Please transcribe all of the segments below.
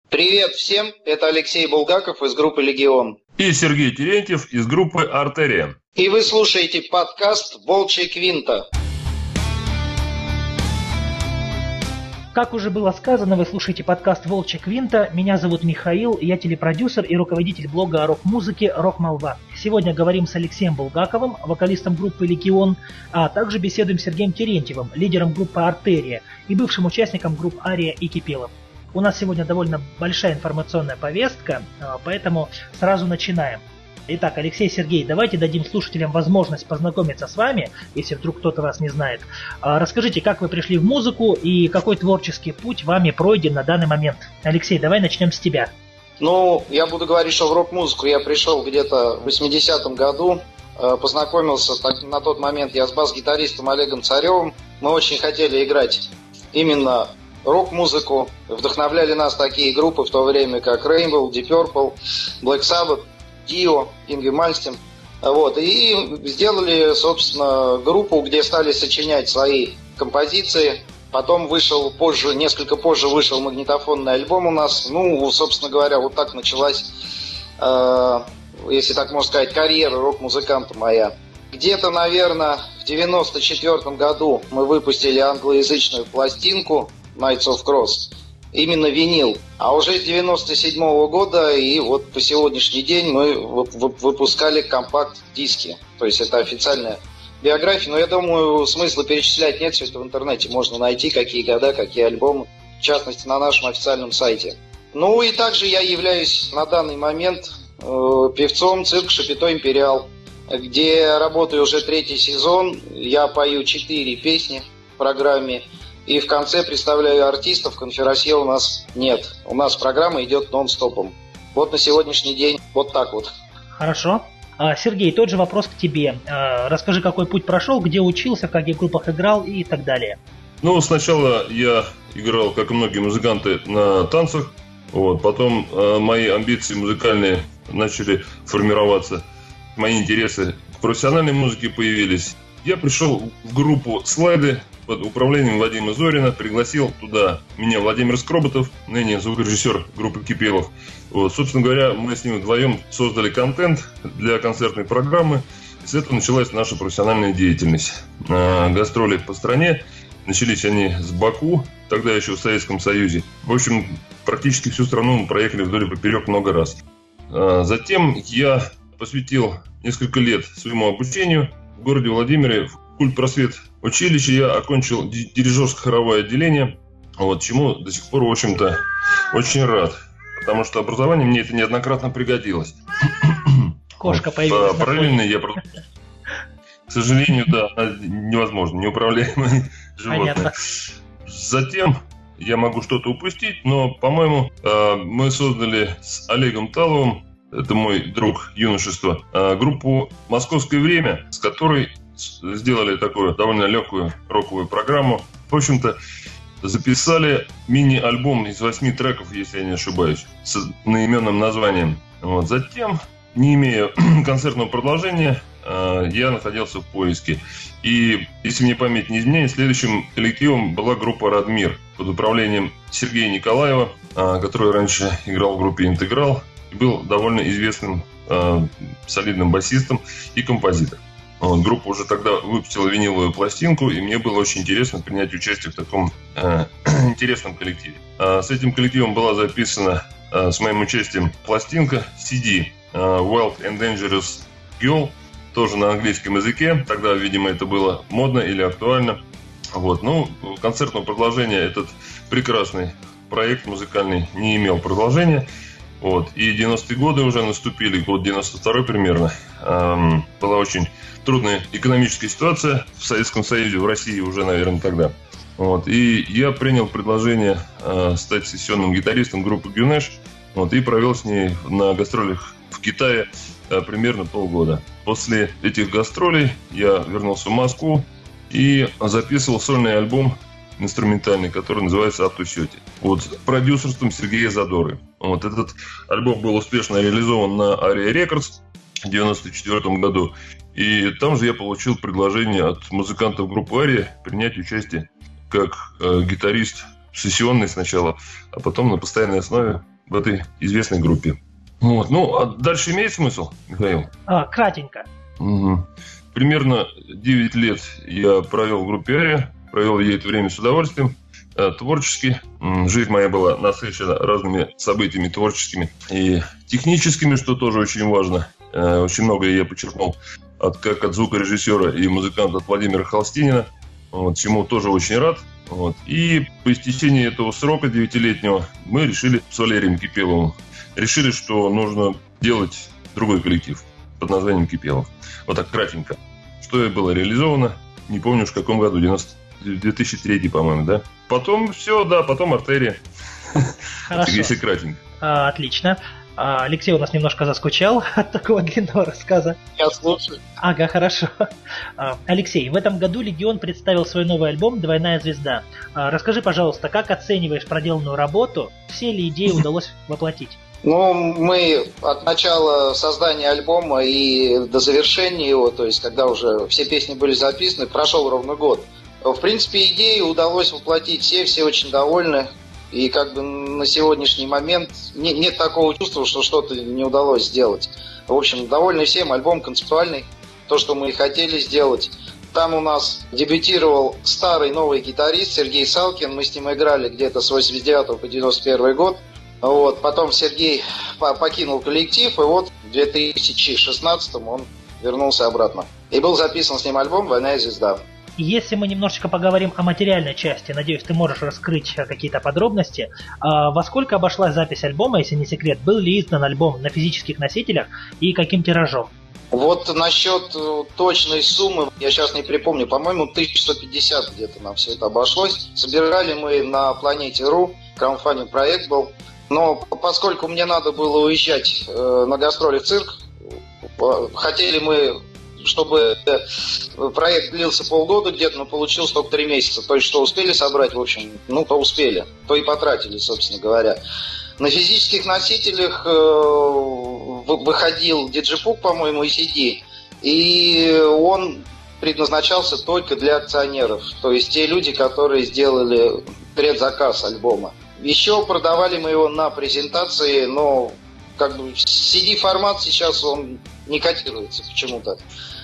Привет всем, это Алексей Булгаков из группы «Легион». И Сергей Терентьев из группы «Артерия». И вы слушаете подкаст «Волчья Квинта». Как уже было сказано, вы слушаете подкаст «Волчья Квинта». Меня зовут Михаил, я телепродюсер и руководитель блога о рок-музыке «Рок-Молва». Сегодня говорим с Алексеем Булгаковым, вокалистом группы «Легион», а также беседуем с Сергеем Терентьевым, лидером группы «Артерия» и бывшим участником групп «Ария» и «Кипелов». У нас сегодня довольно большая информационная повестка, поэтому сразу начинаем. Итак, Алексей, Сергей, давайте дадим слушателям возможность познакомиться с вами, если вдруг кто-то вас не знает. Расскажите, как вы пришли в музыку и какой творческий путь вами пройден на данный момент. Алексей, давай начнем с тебя. Я буду говорить, что в рок-музыку я пришел где-то в 80-м году. Познакомился на тот момент я с бас-гитаристом Олегом Царевым. Мы очень хотели играть именно рок-музыку. Вдохновляли нас такие группы в то время, как Rainbow, Deep Purple, Black Sabbath, Dio, Ингви Мальмстен. И сделали, собственно, группу, где стали сочинять свои композиции. Потом несколько позже вышел магнитофонный альбом у нас. Собственно говоря, вот так началась, если так можно сказать, карьера рок-музыканта моя. Где-то, наверное, в 94 году мы выпустили англоязычную пластинку Knights of Cross. Именно винил. А уже с 97 года и вот по сегодняшний день мы выпускали компакт-диски. То есть это официальная биография. Но я думаю, смысла перечислять нет. Все это в интернете можно найти, какие года, какие альбомы. В частности, на нашем официальном сайте. И также я являюсь на данный момент певцом цирка «Шапито Империал», где работаю уже 3-й сезон. Я пою 4 песни в программе. И в конце представляю артистов, конферансье у нас нет. У нас программа идет нон-стопом. Вот на сегодняшний день вот так вот. Хорошо. Сергей, тот же вопрос к тебе. Расскажи, какой путь прошел, где учился, в каких группах играл и так далее. Сначала я играл, как и многие музыканты, на танцах. Потом мои амбиции музыкальные начали формироваться. Мои интересы к профессиональной музыке появились. Я пришел в группу «Слайды» под управлением Владимира Зорина, пригласил туда меня Владимир Скроботов, ныне звукорежиссер группы Кипелов. Собственно говоря, мы с ним вдвоем создали контент для концертной программы. С этого началась наша профессиональная деятельность. Гастроли по стране. Начались они с Баку, тогда еще в Советском Союзе. В общем, практически всю страну мы проехали вдоль и поперек много раз. Затем я посвятил несколько лет своему обучению в городе Владимире. В Культпросвет училище я окончил дирижерско-хоровое отделение, чему до сих пор, в общем-то, очень рад, потому что образование мне это неоднократно пригодилось. Кошка появилась. Параллельно я... К сожалению, да, невозможно, неуправляемое животное. Понятно. Затем я могу что-то упустить, но, по-моему, мы создали с Олегом Таловым, это мой друг юношества, группу «Московское время», с которой сделали такую довольно легкую роковую программу. В общем-то, записали мини-альбом из 8 треков, если я не ошибаюсь, с одноименным названием. Затем, не имея концертного продолжения, я находился в поиске. И, если мне память не изменяет, следующим коллективом была группа «Радмир» под управлением Сергея Николаева, который раньше играл в группе «Интеграл» и был довольно известным солидным басистом и композитором. Группа уже тогда выпустила виниловую пластинку, и мне было очень интересно принять участие в таком интересном коллективе. С этим коллективом была записана с моим участием пластинка CD Wild and Dangerous Girl, тоже на английском языке. Тогда, видимо, это было модно или актуально. Концертного продолжения этот прекрасный проект музыкальный не имел продолжения. И 90-е годы уже наступили, год 92-й примерно. Была очень трудная экономическая ситуация в Советском Союзе, в России уже, наверное, тогда. И я принял предложение стать сессионным гитаристом группы Гюнеш, и провел с ней на гастролях в Китае примерно полгода. После этих гастролей я вернулся в Москву и записывал сольный альбом инструментальный, который называется «Up to 30», под продюсерством Сергея Задоры. Этот альбом был успешно реализован на Aria Records в 1994 году. И там же я получил предложение от музыкантов группы Ария принять участие как гитарист сессионный сначала, а потом на постоянной основе в этой известной группе. Вот. Ну, а дальше имеет смысл, Михаил? Кратенько. Угу. Примерно 9 лет я провел в группе «Ария». Провел я это время с удовольствием, творчески. Жизнь моя была насыщена разными событиями творческими и техническими, что тоже очень важно. Очень многое я почерпнул как от звукорежиссера и музыканта от Владимира Холстинина, вот, чему тоже очень рад. Вот. И по истечении этого срока 9-летнего мы решили с Валерием Кипеловым, что нужно делать другой коллектив под названием Кипелов. Вот так кратенько. Что и было реализовано, не помню уж в каком году, 2003, по-моему, да? Потом все, да, потом «Артерия». Хорошо. Если кратенько. Отлично. Алексей у нас немножко заскучал от такого длинного рассказа. Я слушаю. Ага, хорошо. Алексей, в этом году Легион представил свой новый альбом «Двойная звезда». Расскажи, пожалуйста, как оцениваешь проделанную работу? Все ли идеи удалось воплотить? Ну, мы от начала создания альбома и до завершения его, то есть когда уже все песни были записаны, прошел ровно год. В принципе, идеи удалось воплотить все очень довольны. И как бы на сегодняшний момент нет такого чувства, что что-то не удалось сделать. В общем, довольны всем. Альбом концептуальный, то, что мы и хотели сделать. Там у нас дебютировал старый новый гитарист Сергей Салкин. Мы с ним играли где-то с 89 по 91 год. Вот. Потом Сергей покинул коллектив, и вот в 2016 он вернулся обратно. И был записан с ним альбом «Двойная звезда». Если мы немножечко поговорим о материальной части, надеюсь, ты можешь раскрыть какие-то подробности. Во сколько обошлась запись альбома, если не секрет? Был ли издан альбом на физических носителях и каким тиражом? Вот насчет точной суммы, я сейчас не припомню, по-моему, 1150 где-то нам все это обошлось. Собирали мы на Планете.ру, краудфандинг проект был. Но поскольку мне надо было уезжать на гастроли в цирк, хотели мы, чтобы проект длился полгода где-то, но получилось только 3 месяца. То есть, что успели собрать, в общем, то успели, то и потратили, собственно говоря. На физических носителях выходил Digibook, по-моему, и CD, и он предназначался только для акционеров, то есть те люди, которые сделали предзаказ альбома. Еще продавали мы его на презентации, но как бы CD-формат сейчас он не котируется почему-то.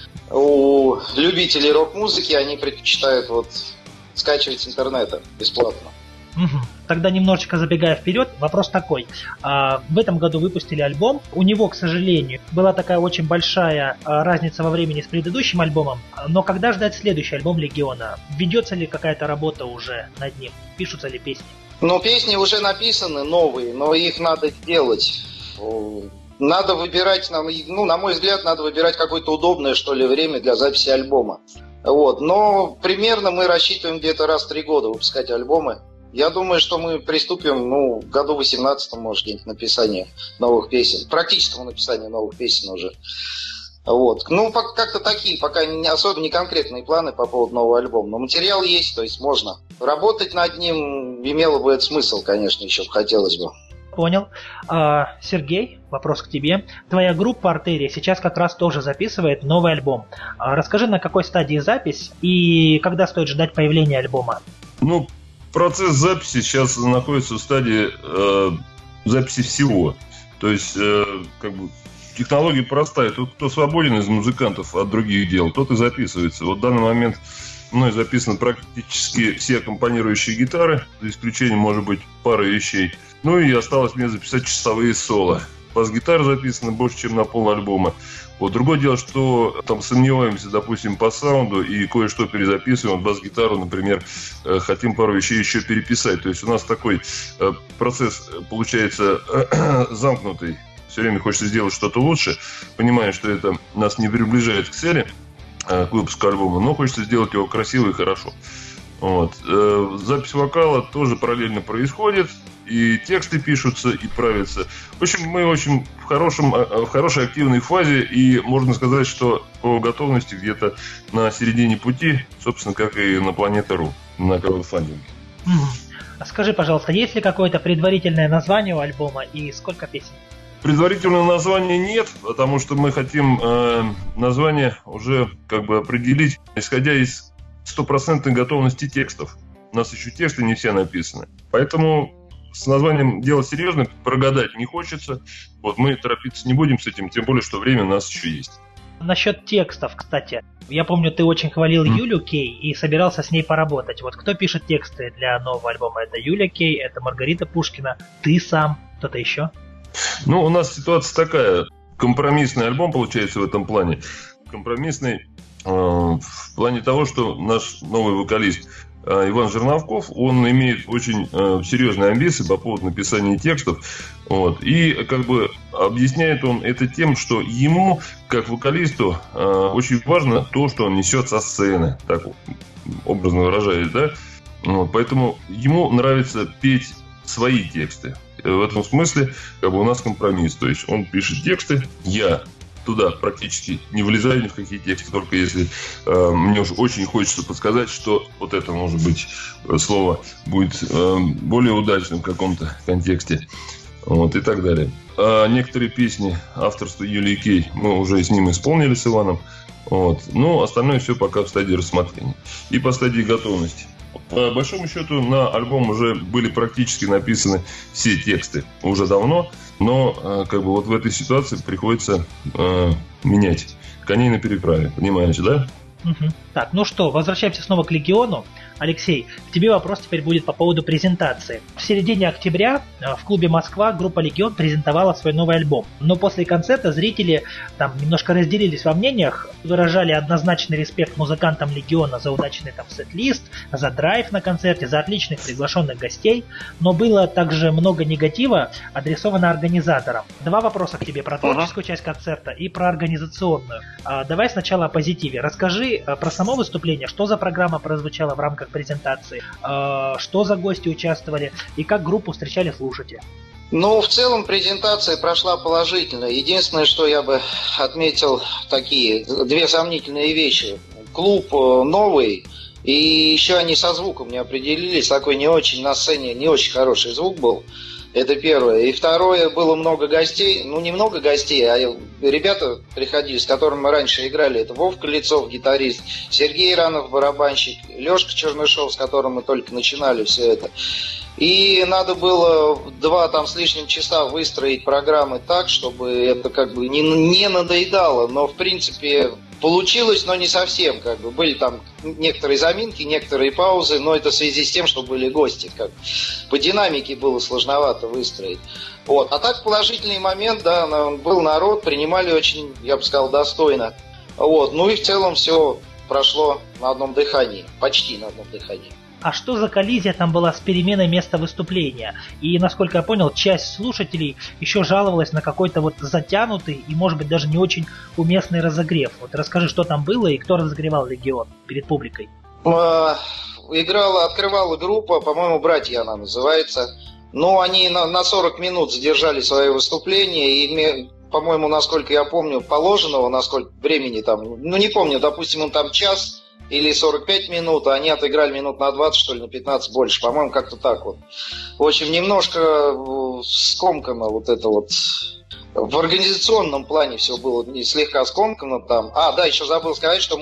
У любителей рок-музыки они предпочитают скачивать с интернета бесплатно. Угу. Тогда немножечко забегая вперед, вопрос такой. В этом году выпустили альбом. У него, к сожалению, была такая очень большая разница во времени с предыдущим альбомом. Но когда ждать следующий альбом Легиона? Ведется ли какая-то работа уже над ним? Пишутся ли песни? Песни уже написаны, новые, но их надо делать. Надо выбирать, на мой взгляд, надо выбирать какое-то удобное, что ли, время для записи альбома. Вот. Но примерно мы рассчитываем где-то раз в 3 года выпускать альбомы. Я думаю, что мы приступим, в году 18-м, может, где-нибудь написание новых песен. Практическому написанию новых песен уже. Вот. Как-то такие, пока особо не конкретные планы по поводу нового альбома. Но материал есть, то есть можно. Работать над ним имело бы это смысл, конечно, еще хотелось бы. Понял. Сергей, вопрос к тебе. Твоя группа «Артерия» сейчас как раз тоже записывает новый альбом. Расскажи, на какой стадии запись и когда стоит ждать появления альбома? Процесс записи сейчас находится в стадии записи всего. То есть, технология простая. Тут кто свободен из музыкантов от других дел, тот и записывается. Вот в данный момент мной записаны практически все аккомпанирующие гитары, за исключением, может быть, пары вещей. И осталось мне записать часовые соло. Бас-гитара записана больше, чем на полальбома. Другое дело, что там сомневаемся, допустим, по саунду и кое-что перезаписываем. Бас-гитару, например, хотим пару вещей еще переписать. То есть у нас такой процесс получается замкнутый. Все время хочется сделать что-то лучше, понимая, что это нас не приближает к цели, к выпуску альбома, но хочется сделать его красиво и хорошо. Запись вокала тоже параллельно происходит, и тексты пишутся, и правятся. В общем, мы очень в хорошей активной фазе, и можно сказать, что по готовности где-то на середине пути, собственно, как и на Планета.ру, на краудфандинге. Скажи, пожалуйста, есть ли какое-то предварительное название у альбома и сколько песен? Предварительного названия нет, потому что мы хотим название уже определить, исходя из 100% готовности текстов. У нас еще тексты не все написаны. Поэтому с названием «Дело серьезное», прогадать не хочется. Вот мы торопиться не будем с этим, тем более, что время у нас еще есть. Насчет текстов, кстати. Я помню, ты очень хвалил Юлю Кей и собирался с ней поработать. Вот кто пишет тексты для нового альбома? Это Юля Кей, это Маргарита Пушкина, ты сам, кто-то еще? Ну, у нас ситуация такая. Компромиссный альбом получается в этом плане. Компромиссный в плане того, что наш новый вокалист Иван Жерновков, он имеет очень серьезные амбиции по поводу написания текстов. Вот. И как бы объясняет он это тем, что ему, как вокалисту, очень важно то, что он несет со сцены. Так образно выражаясь, да? Вот. Поэтому ему нравится петь свои тексты. В этом смысле как бы у нас компромисс. То есть он пишет тексты, я туда практически не влезаю ни в какие тексты, только если мне уж очень хочется подсказать, что вот это, может быть, слово будет более удачным в каком-то контексте, вот, и так далее. А некоторые песни авторства Юлии Кей мы уже с ним исполнили, с Иваном, вот, но остальное все пока в стадии рассмотрения и по стадии готовности. По большому счету на альбом уже были практически написаны все тексты уже давно, но как бы вот в этой ситуации приходится менять коней на переправе, понимаете, да? Угу. Так, ну что, возвращаемся снова к Легиону. Алексей, к тебе вопрос теперь будет по поводу презентации. В середине октября в клубе «Москва» группа «Легион» презентовала свой новый альбом. Но после концерта зрители там немножко разделились во мнениях, выражали однозначный респект музыкантам «Легиона» за удачный там сет-лист, за драйв на концерте, за отличных приглашенных гостей. Но было также много негатива, адресовано организаторам. Два вопроса к тебе про творческую часть концерта и про организационную. Давай сначала о позитиве. Расскажи про само выступление, что за программа прозвучала в рамках презентации, что за гости участвовали и как группу встречали слушатели. Ну, в целом презентация прошла положительно. Единственное, что я бы отметил, такие две сомнительные вещи. Клуб новый, и еще они со звуком не определились. Такой не очень на сцене, не очень хороший звук был. Это первое. И второе, было много гостей. Ну, не много гостей, а ребята приходили, с которыми мы раньше играли. Это Вовка Лицов, гитарист, Сергей Ранов, барабанщик, Лешка Чернышов, с которым мы только начинали все это. И надо было 2 там с лишним часа выстроить программы так, чтобы это как бы не надоедало. Но, в принципе, получилось, но не совсем. Как бы. Были там некоторые заминки, некоторые паузы, но это в связи с тем, что были гости. Как. По динамике было сложновато выстроить. Вот. А так положительный момент, да, был народ, принимали очень, я бы сказал, достойно. Вот. Ну и в целом все прошло на одном дыхании, почти на одном дыхании. А что за коллизия там была с переменой места выступления? И, насколько я понял, часть слушателей еще жаловалась на какой-то вот затянутый и, может быть, даже не очень уместный разогрев. Вот расскажи, что там было и кто разогревал «Легион» перед публикой. Открывала группа, по-моему, «Братья» она называется. Но они на 40 минут задержали свое выступление и, по-моему, насколько я помню, положенного, насколько времени там, ну не помню, допустим, он там час или 45 минут, а они отыграли минут на 20, что ли, на 15 больше. По-моему, как-то так вот. В общем, немножко скомкано вот это вот. В организационном плане все было слегка скомкано там. Да, еще забыл сказать, что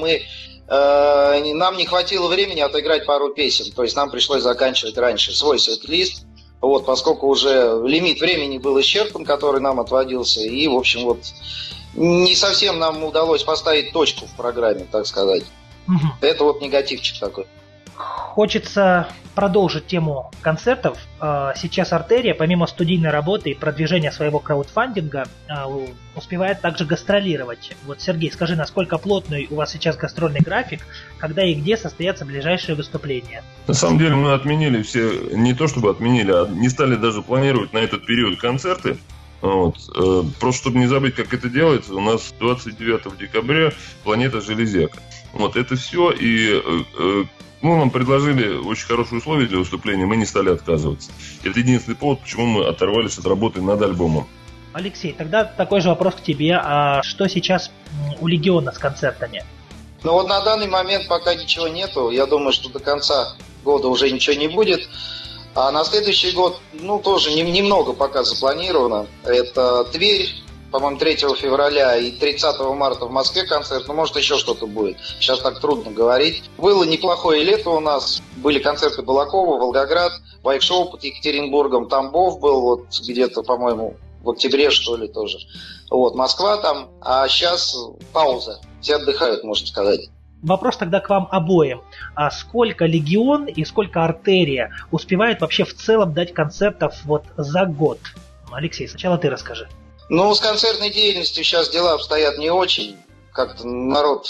нам не хватило времени отыграть пару песен. То есть нам пришлось заканчивать раньше свой сет-лист. Вот, поскольку уже лимит времени был исчерпан, который нам отводился. И, в общем, вот не совсем нам удалось поставить точку в программе, так сказать. Угу. Это вот негативчик такой. Хочется продолжить тему концертов. Сейчас «Артерия», помимо студийной работы и продвижения своего краудфандинга, успевает также гастролировать. Вот, Сергей, скажи, насколько плотный у вас сейчас гастрольный график, когда и где состоятся ближайшие выступления? На самом деле мы отменили все, не то чтобы отменили, а не стали даже планировать на этот период концерты. Вот. Просто чтобы не забыть, как это делается, у нас 29 декабря «Планета Железяка». Вот это все, и нам предложили очень хорошие условия для выступления, мы не стали отказываться. Это единственный повод, почему мы оторвались от работы над альбомом. Алексей, тогда такой же вопрос к тебе. А что сейчас у «Легиона» с концертами? Ну вот на данный момент пока ничего нету. Я думаю, что до конца года уже ничего не будет. А на следующий год, тоже немного пока запланировано. Это Тверь, по-моему, 3 февраля и 30 марта в Москве концерт. Ну, может, еще что-то будет. Сейчас так трудно говорить. Было неплохое лето у нас. Были концерты Балакова, Волгоград, Байк-шоу под Екатеринбургом. Тамбов был вот где-то, по-моему, в октябре, что ли, тоже. Вот, Москва там. А сейчас пауза. Все отдыхают, можно сказать. Вопрос тогда к вам обоим. А сколько Легион и сколько Артерия успевает вообще в целом дать концертов вот за год? Алексей, сначала ты расскажи. Ну, с концертной деятельностью сейчас дела обстоят не очень. Как-то народ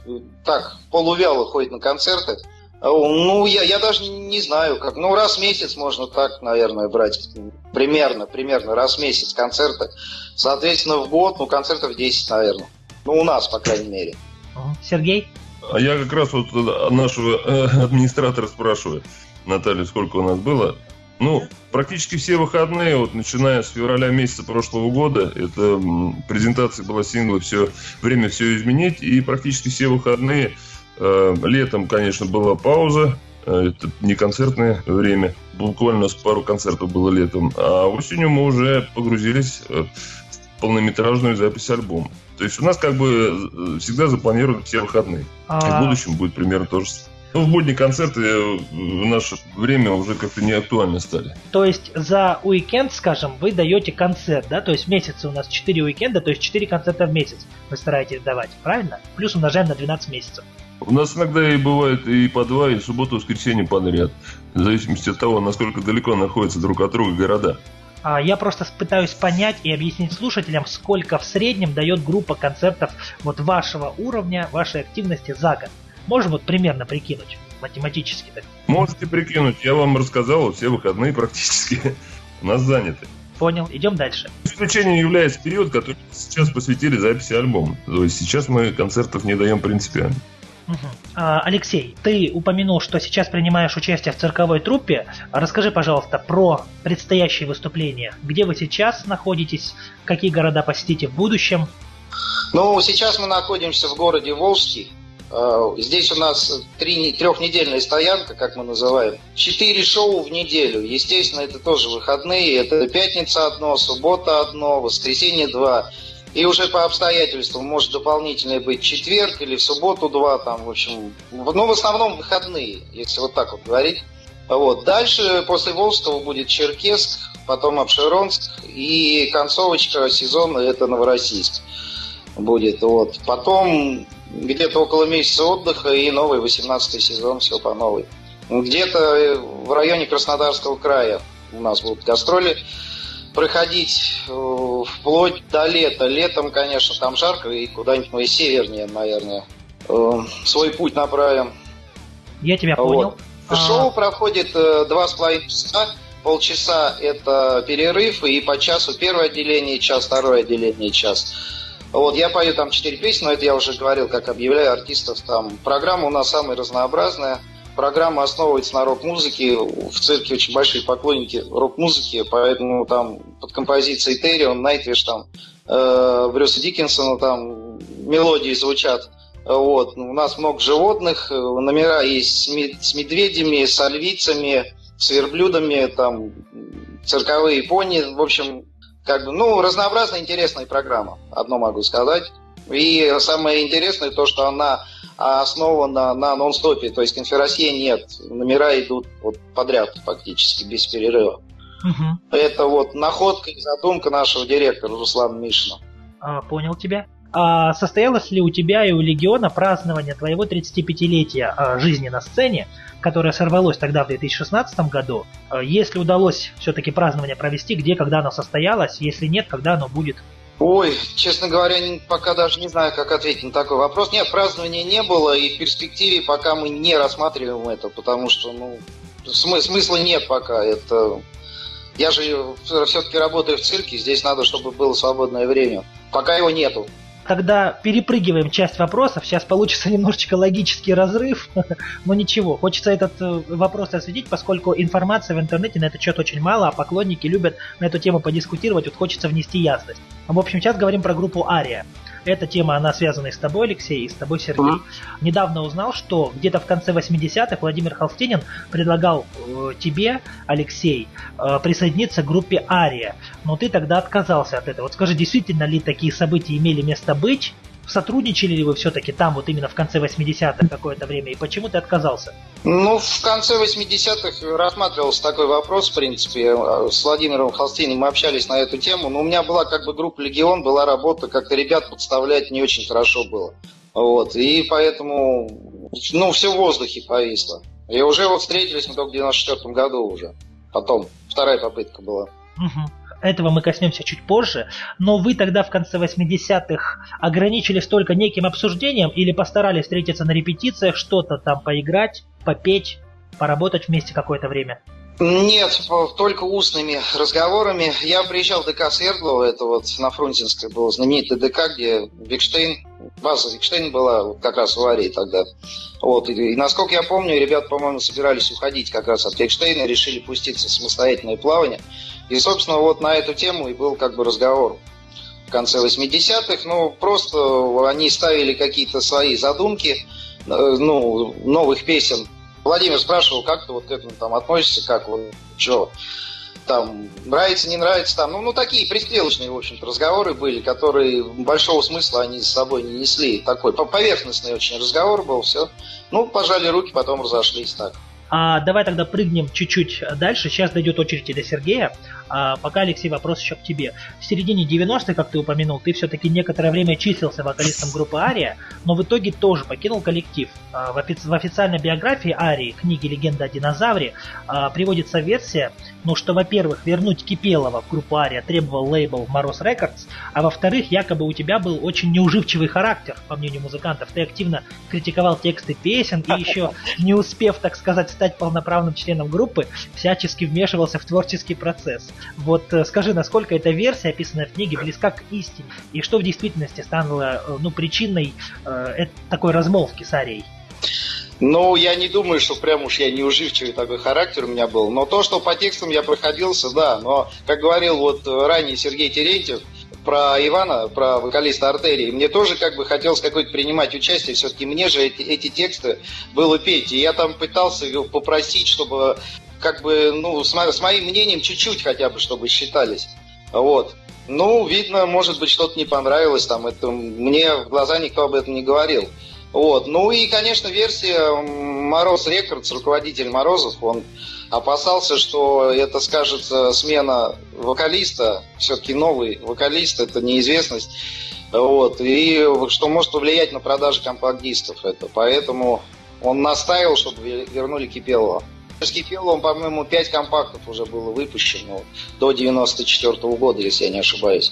так полувяло ходит на концерты. Ну, я даже не знаю, как. Ну, раз в месяц можно так, наверное, брать. Примерно раз в месяц концерты. Соответственно, в год, ну, концертов 10, наверное. Ну, у нас, по крайней мере. Сергей? А я как раз вот нашего администратора спрашиваю, Наталью, сколько у нас было. Ну, практически все выходные, вот начиная с февраля месяца прошлого года, это презентация была сингла «Время все изменить», и практически все выходные, летом, конечно, была пауза, это не концертное время, буквально у нас пару концертов было летом, а осенью мы уже погрузились в полнометражную запись альбома. То есть у нас как бы всегда запланированы все выходные. И в будущем будет примерно то же самое. Ну, в будни концерты в наше время уже как-то не актуально стали. То есть за уикенд, скажем, вы даете концерт, да? То есть в месяце у нас 4 уикенда, то есть 4 концерта в месяц вы стараетесь давать, правильно? Плюс умножаем на 12 месяцев. У нас иногда и бывает и по 2, и субботу, и воскресенье подряд. В зависимости от того, насколько далеко находятся друг от друга города. Я просто пытаюсь понять и объяснить слушателям, сколько в среднем дает группа концертов вот вашего уровня, вашей активности за год. Можем вот примерно прикинуть, математически так? Можете прикинуть, я вам рассказал, все выходные практически у нас заняты. Понял, идем дальше. Исключением является период, который сейчас посвятили записи альбома. То есть сейчас мы концертов не даем принципиально. Алексей, ты упомянул, что сейчас принимаешь участие в цирковой труппе. Расскажи, пожалуйста, про предстоящие выступления. Где вы сейчас находитесь? Какие города посетите в будущем? Ну, сейчас мы находимся в городе Волжский. Здесь у нас трехнедельная стоянка, как мы называем. 4 шоу в неделю. Естественно, это тоже выходные. Это пятница одно, суббота одно, воскресенье 2. И уже по обстоятельствам может дополнительное быть четверг или в субботу 2, там, в общем, в основном выходные, если вот так вот говорить. Вот. Дальше после Волжского будет Черкесск, потом Апшеронск и концовочка сезона это Новороссийск будет. Вот. Потом где-то около месяца отдыха и новый 18-й сезон, все по новой. Где-то в районе Краснодарского края у нас будут гастроли проходить вплоть до лета. Летом, конечно, там жарко, и куда-нибудь мы севернее, наверное, свой путь направим. Я тебя понял. Вот. Шоу проходит 2,5 часа. Полчаса это перерыв, и по часу первое отделение, час, второе отделение, час. Вот, я пою там 4 песни, но это я уже говорил, как объявляю артистов там. Программа у нас самая разнообразная. Программа основывается на рок-музыке. В цирке очень большие поклонники рок-музыки, поэтому там под композицией Террион, Найтвиш, там, Брюса Диккенсона там мелодии звучат. Вот. У нас много животных, номера есть с медведями, с ольвицами, с верблюдами, там, цирковые пони. В общем, как бы, ну, разнообразная, интересная программа, одно могу сказать. И самое интересное то, что она основана на нон-стопе, то есть конферансье нет, номера идут вот подряд фактически, без перерыва. Угу. Это вот находка и задумка нашего директора Руслана Мишина. Понял тебя. А состоялось ли у тебя и у Легиона празднование твоего 35-летия жизни на сцене, которое сорвалось тогда в 2016 году? Если удалось все-таки празднование провести, где, когда оно состоялось, если нет, когда оно будет? Ой, честно говоря, пока даже не знаю, как ответить на такой вопрос. Нет, празднования не было, и в перспективе пока мы не рассматриваем это, потому что, ну, смысла нет пока. Это... Я же все-таки работаю в цирке, здесь надо, чтобы было свободное время. Пока его нету. Тогда перепрыгиваем часть вопросов. Сейчас получится немножечко логический разрыв, но ничего. Хочется этот вопрос осветить, поскольку информации в интернете на этот счет очень мало, а поклонники любят на эту тему подискутировать. Вот хочется внести ясность. В общем, сейчас говорим про группу Ария. эта тема, она связана и с тобой, Алексей, и с тобой, Сергей. Недавно узнал, что где-то в конце 80-х Владимир Холстинин предлагал тебе, Алексей, присоединиться к группе «Ария», но ты тогда отказался от этого. Вот скажи, действительно ли такие события имели место быть? Сотрудничали ли вы все-таки там вот именно в конце 80-х какое-то время, и почему ты отказался? Ну, в конце 80-х рассматривался такой вопрос, в принципе. С Владимиром Холстининым мы общались на эту тему, но у меня была как бы группа «Легион», была работа, как-то ребят подставлять не очень хорошо было. Вот, и поэтому, ну, все в воздухе повисло. И уже вот встретились мы только в 94-м году уже. Потом, вторая попытка была. Угу. Этого мы коснемся чуть позже, но вы тогда в конце 80-х ограничились только неким обсуждением или постарались встретиться на репетициях, что-то там поиграть, попеть, поработать вместе какое-то время? Нет, только устными разговорами. Я приезжал в ДК Свердлова, это вот на Фрунзенской был знаменитый ДК, где Викштейн, база Викштейн была вот как раз в аварии тогда. Вот, и насколько я помню, ребята, по-моему, собирались уходить как раз от Викштейна, решили пуститься в самостоятельное плавание. И, собственно, вот на эту тему и был как бы разговор в конце 80-х. Ну, просто они ставили какие-то свои задумки, ну, новых песен. Владимир спрашивал, как ты вот к этому там относишься, как вот, что там, нравится, не нравится, там, ну, такие пристрелочные, в общем-то, разговоры были, которые большого смысла они с собой не несли. Такой поверхностный очень разговор был, все. Ну, пожали руки, потом разошлись так. Давай тогда прыгнем чуть-чуть дальше. Сейчас дойдет очередь и до Сергея. Пока, Алексей, вопрос еще к тебе. В середине 90-х, как ты упомянул, ты все-таки некоторое время числился вокалистом группы «Ария», но в итоге тоже покинул коллектив. В официальной биографии «Арии», книги «Легенда о динозавре», приводится версия, ну, что, во-первых, вернуть Кипелова в группу «Ария» требовал лейбл «Мороз Рекордс», а во-вторых, якобы у тебя был очень неуживчивый характер, по мнению музыкантов. Ты активно критиковал тексты песен и еще, не успев, так сказать, стать полноправным членом группы, всячески вмешивался в творческий процесс. Вот скажи, насколько эта версия, описанная в книге, близка к истине, и что в действительности стало, ну, причиной такой размолвки с Арией? Ну, я не думаю, что прям уж я неуживчивый такой характер у меня был, но то, что по текстам я проходился, да, но, как говорил вот ранее Сергей Терентьев, про Ивана, про вокалиста Артерии, мне тоже как бы хотелось какое-то принимать участие, все-таки мне же эти тексты было петь, и я там пытался попросить, чтобы как бы, ну, с моим мнением чуть-чуть хотя бы, чтобы считались, вот. Ну, видно, может быть, что-то не понравилось, там, это мне в глаза никто об этом не говорил. Вот. Ну и, конечно, версия Мороз Рекордс, руководитель Морозов, он опасался, что это скажется смена вокалиста, все-таки новый вокалист, это неизвестность, вот, и что может повлиять на продажи компакт-дисков это. Поэтому он настаивал, чтобы вернули Кипелова. С Кипеловым, по-моему, 5 компактов уже было выпущено до 94-го года, если я не ошибаюсь.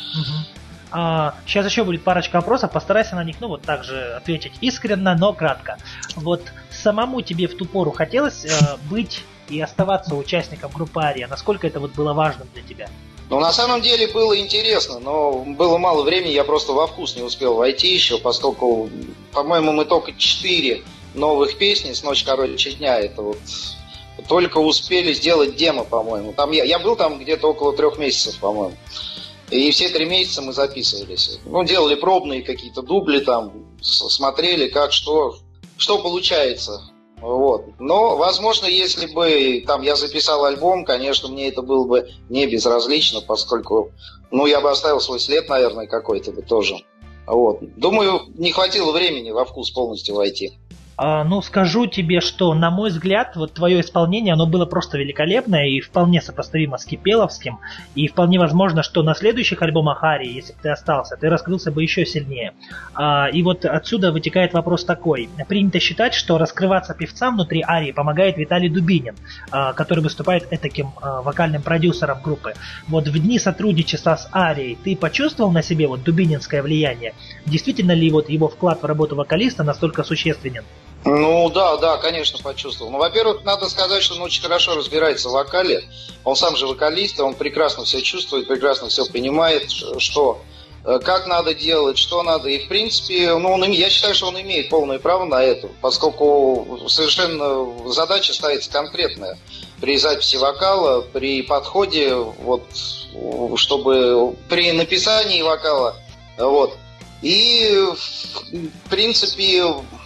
Сейчас еще будет парочка вопросов, постарайся на них, ну, вот так же ответить искренне, но кратко. Вот самому тебе в ту пору хотелось быть и оставаться участником группы «Ария»? Насколько это вот было важным для тебя? Ну, на самом деле было интересно, но было мало времени, я просто во вкус не успел войти еще, поскольку, по-моему, мы только 4 новых песни с «Ночь короче дня», это вот только успели сделать демо, по-моему. Там я был там где-то около 3 месяцев, по-моему. И все 3 месяца мы записывались. Ну, делали пробные какие-то дубли там, смотрели, как, что получается. Вот. Но, возможно, если бы там я записал альбом, конечно, мне это было бы не безразлично, поскольку, ну, я бы оставил свой след, наверное, какой-то бы тоже. Вот. Думаю, не хватило времени во вкус полностью войти. Ну, скажу тебе, что, на мой взгляд, вот твое исполнение, оно было просто великолепное и вполне сопоставимо с Кипеловским. И вполне возможно, что на следующих альбомах Арии, если бы ты остался, ты раскрылся бы еще сильнее. И вот отсюда вытекает вопрос такой. Принято считать, что раскрываться певцам внутри Арии помогает Виталий Дубинин, который выступает этаким вокальным продюсером группы. Вот в дни сотрудничества с Арией ты почувствовал на себе вот дубининское влияние? Действительно ли вот его вклад в работу вокалиста настолько существенен? Ну да, конечно, почувствовал. Ну, во-первых, надо сказать, что он очень хорошо разбирается в вокале. Он сам же вокалист, он прекрасно все чувствует, прекрасно все понимает, что, как надо делать, что надо. И, в принципе, ну, я считаю, что он имеет полное право на это, поскольку совершенно задача ставится конкретная. При записи вокала, при подходе, вот, чтобы при написании вокала, вот, И, в принципе,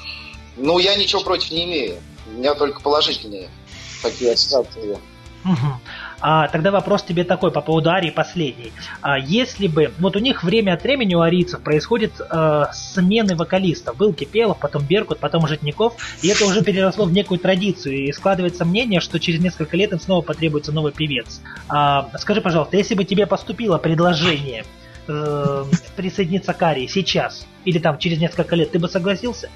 я ничего против не имею. У меня только положительные такие ассоциации. Тогда вопрос тебе такой по поводу арии последний. Если бы... Вот у них время от времени у арийцев происходит смены вокалистов. Был Кипелов, потом Беркут, потом Житников. И это уже переросло в некую традицию. И складывается мнение, что через несколько лет им снова потребуется новый певец. Скажи, пожалуйста, если бы тебе поступило предложение присоединиться к арии сейчас, или там через несколько лет, ты бы согласился?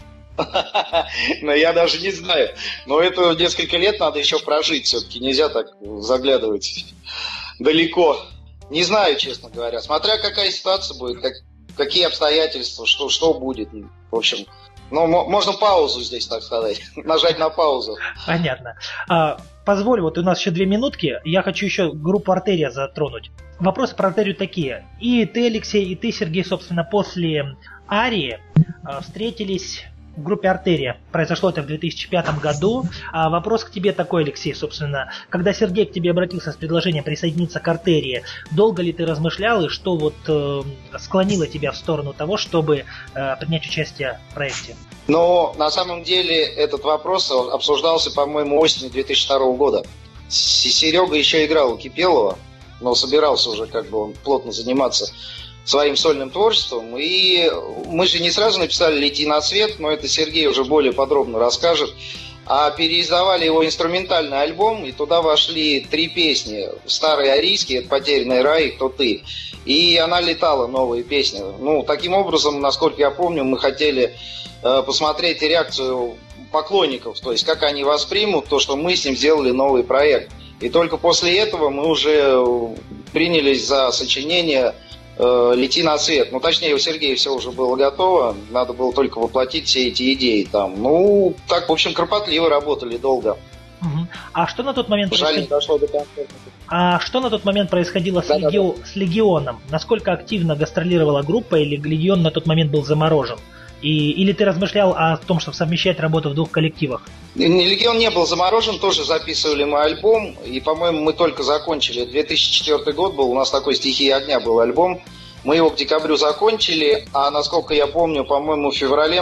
Я даже не знаю. Но это несколько лет надо еще прожить. Все-таки нельзя так заглядывать далеко. Не знаю, честно говоря. Смотря какая ситуация будет, какие обстоятельства, что будет. В общем, можно паузу здесь, так сказать. Нажать на паузу. Понятно. Позволь, вот у нас еще 2 минутки. Я хочу еще группу «Артерия» затронуть. Вопросы про «Артерию» такие. И ты, Алексей, и ты, Сергей, собственно, после арии встретились в группе «Артерия». Произошло это в 2005 году. Вопрос к тебе такой, Алексей, собственно. Когда Сергей к тебе обратился с предложением присоединиться к «Артерии», долго ли ты размышлял и что вот склонило тебя в сторону того, чтобы принять участие в проекте? На самом деле этот вопрос обсуждался, по-моему, осенью 2002 года. Серега еще играл у Кипелова, но собирался уже он плотно заниматься своим сольным творчеством. И мы же не сразу написали «Лети на свет», но это Сергей уже более подробно расскажет. А переиздавали его инструментальный альбом, и туда вошли 3 песни. Старые арийские, это «Потерянный рай» и «Кто ты?». И она летала, новые песни. Таким образом, насколько я помню, мы хотели посмотреть реакцию поклонников, то есть как они воспримут то, что мы с ним сделали новый проект. И только после этого мы уже принялись за сочинение «Лети на свет». Точнее, у Сергея все уже было готово, надо было только воплотить все эти идеи там. Так, в общем, кропотливо работали долго. А что на тот момент Жаль, не дошло до конца. А что на тот момент происходило с Легионом? Насколько активно гастролировала группа, или Легион на тот момент был заморожен? Или ты размышлял о том, чтобы совмещать работу в 2 коллективах? «Легион» не был заморожен, тоже записывали мы альбом, и, по-моему, мы только закончили. 2004 год был, у нас такой «Стихия огня» был альбом. Мы его к декабрю закончили, а, насколько я помню, по-моему, в феврале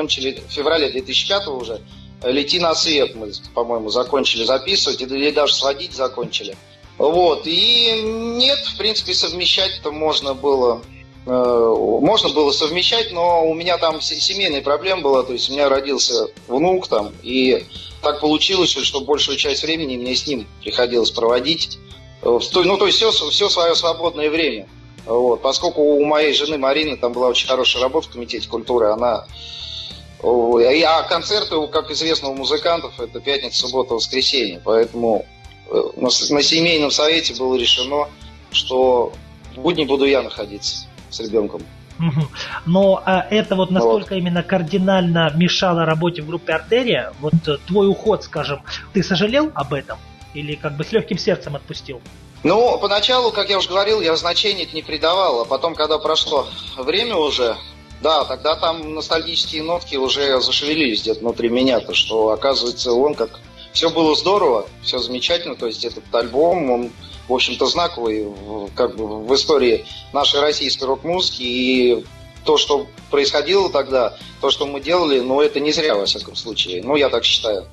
2005 уже «Лети на свет» мы, по-моему, закончили записывать, или даже сводить закончили. И нет, в принципе, совмещать-то можно было. Можно было совмещать, но у меня там семейная проблема была, то есть у меня родился внук там, и так получилось, что большую часть времени мне с ним приходилось проводить, то есть все свое свободное время. Поскольку у моей жены Марины там была очень хорошая работа в комитете культуры, а концерты, как известно, у музыкантов это пятница, суббота, воскресенье, поэтому на семейном совете было решено, что в будни буду я находиться с ребенком. Но это настолько именно кардинально мешало работе в группе «Артерия», твой уход, скажем, ты сожалел об этом? Или с легким сердцем отпустил? Поначалу, как я уже говорил, я значения не придавал, а потом, когда прошло время уже, да, тогда там ностальгические нотки уже зашевелились где-то внутри меня-то, что, оказывается, все было здорово, все замечательно, то есть этот альбом, он, в общем-то, знаковый в истории нашей российской рок-музыки, и то, что происходило тогда, то, что мы делали, это не зря, во всяком случае, я так считаю.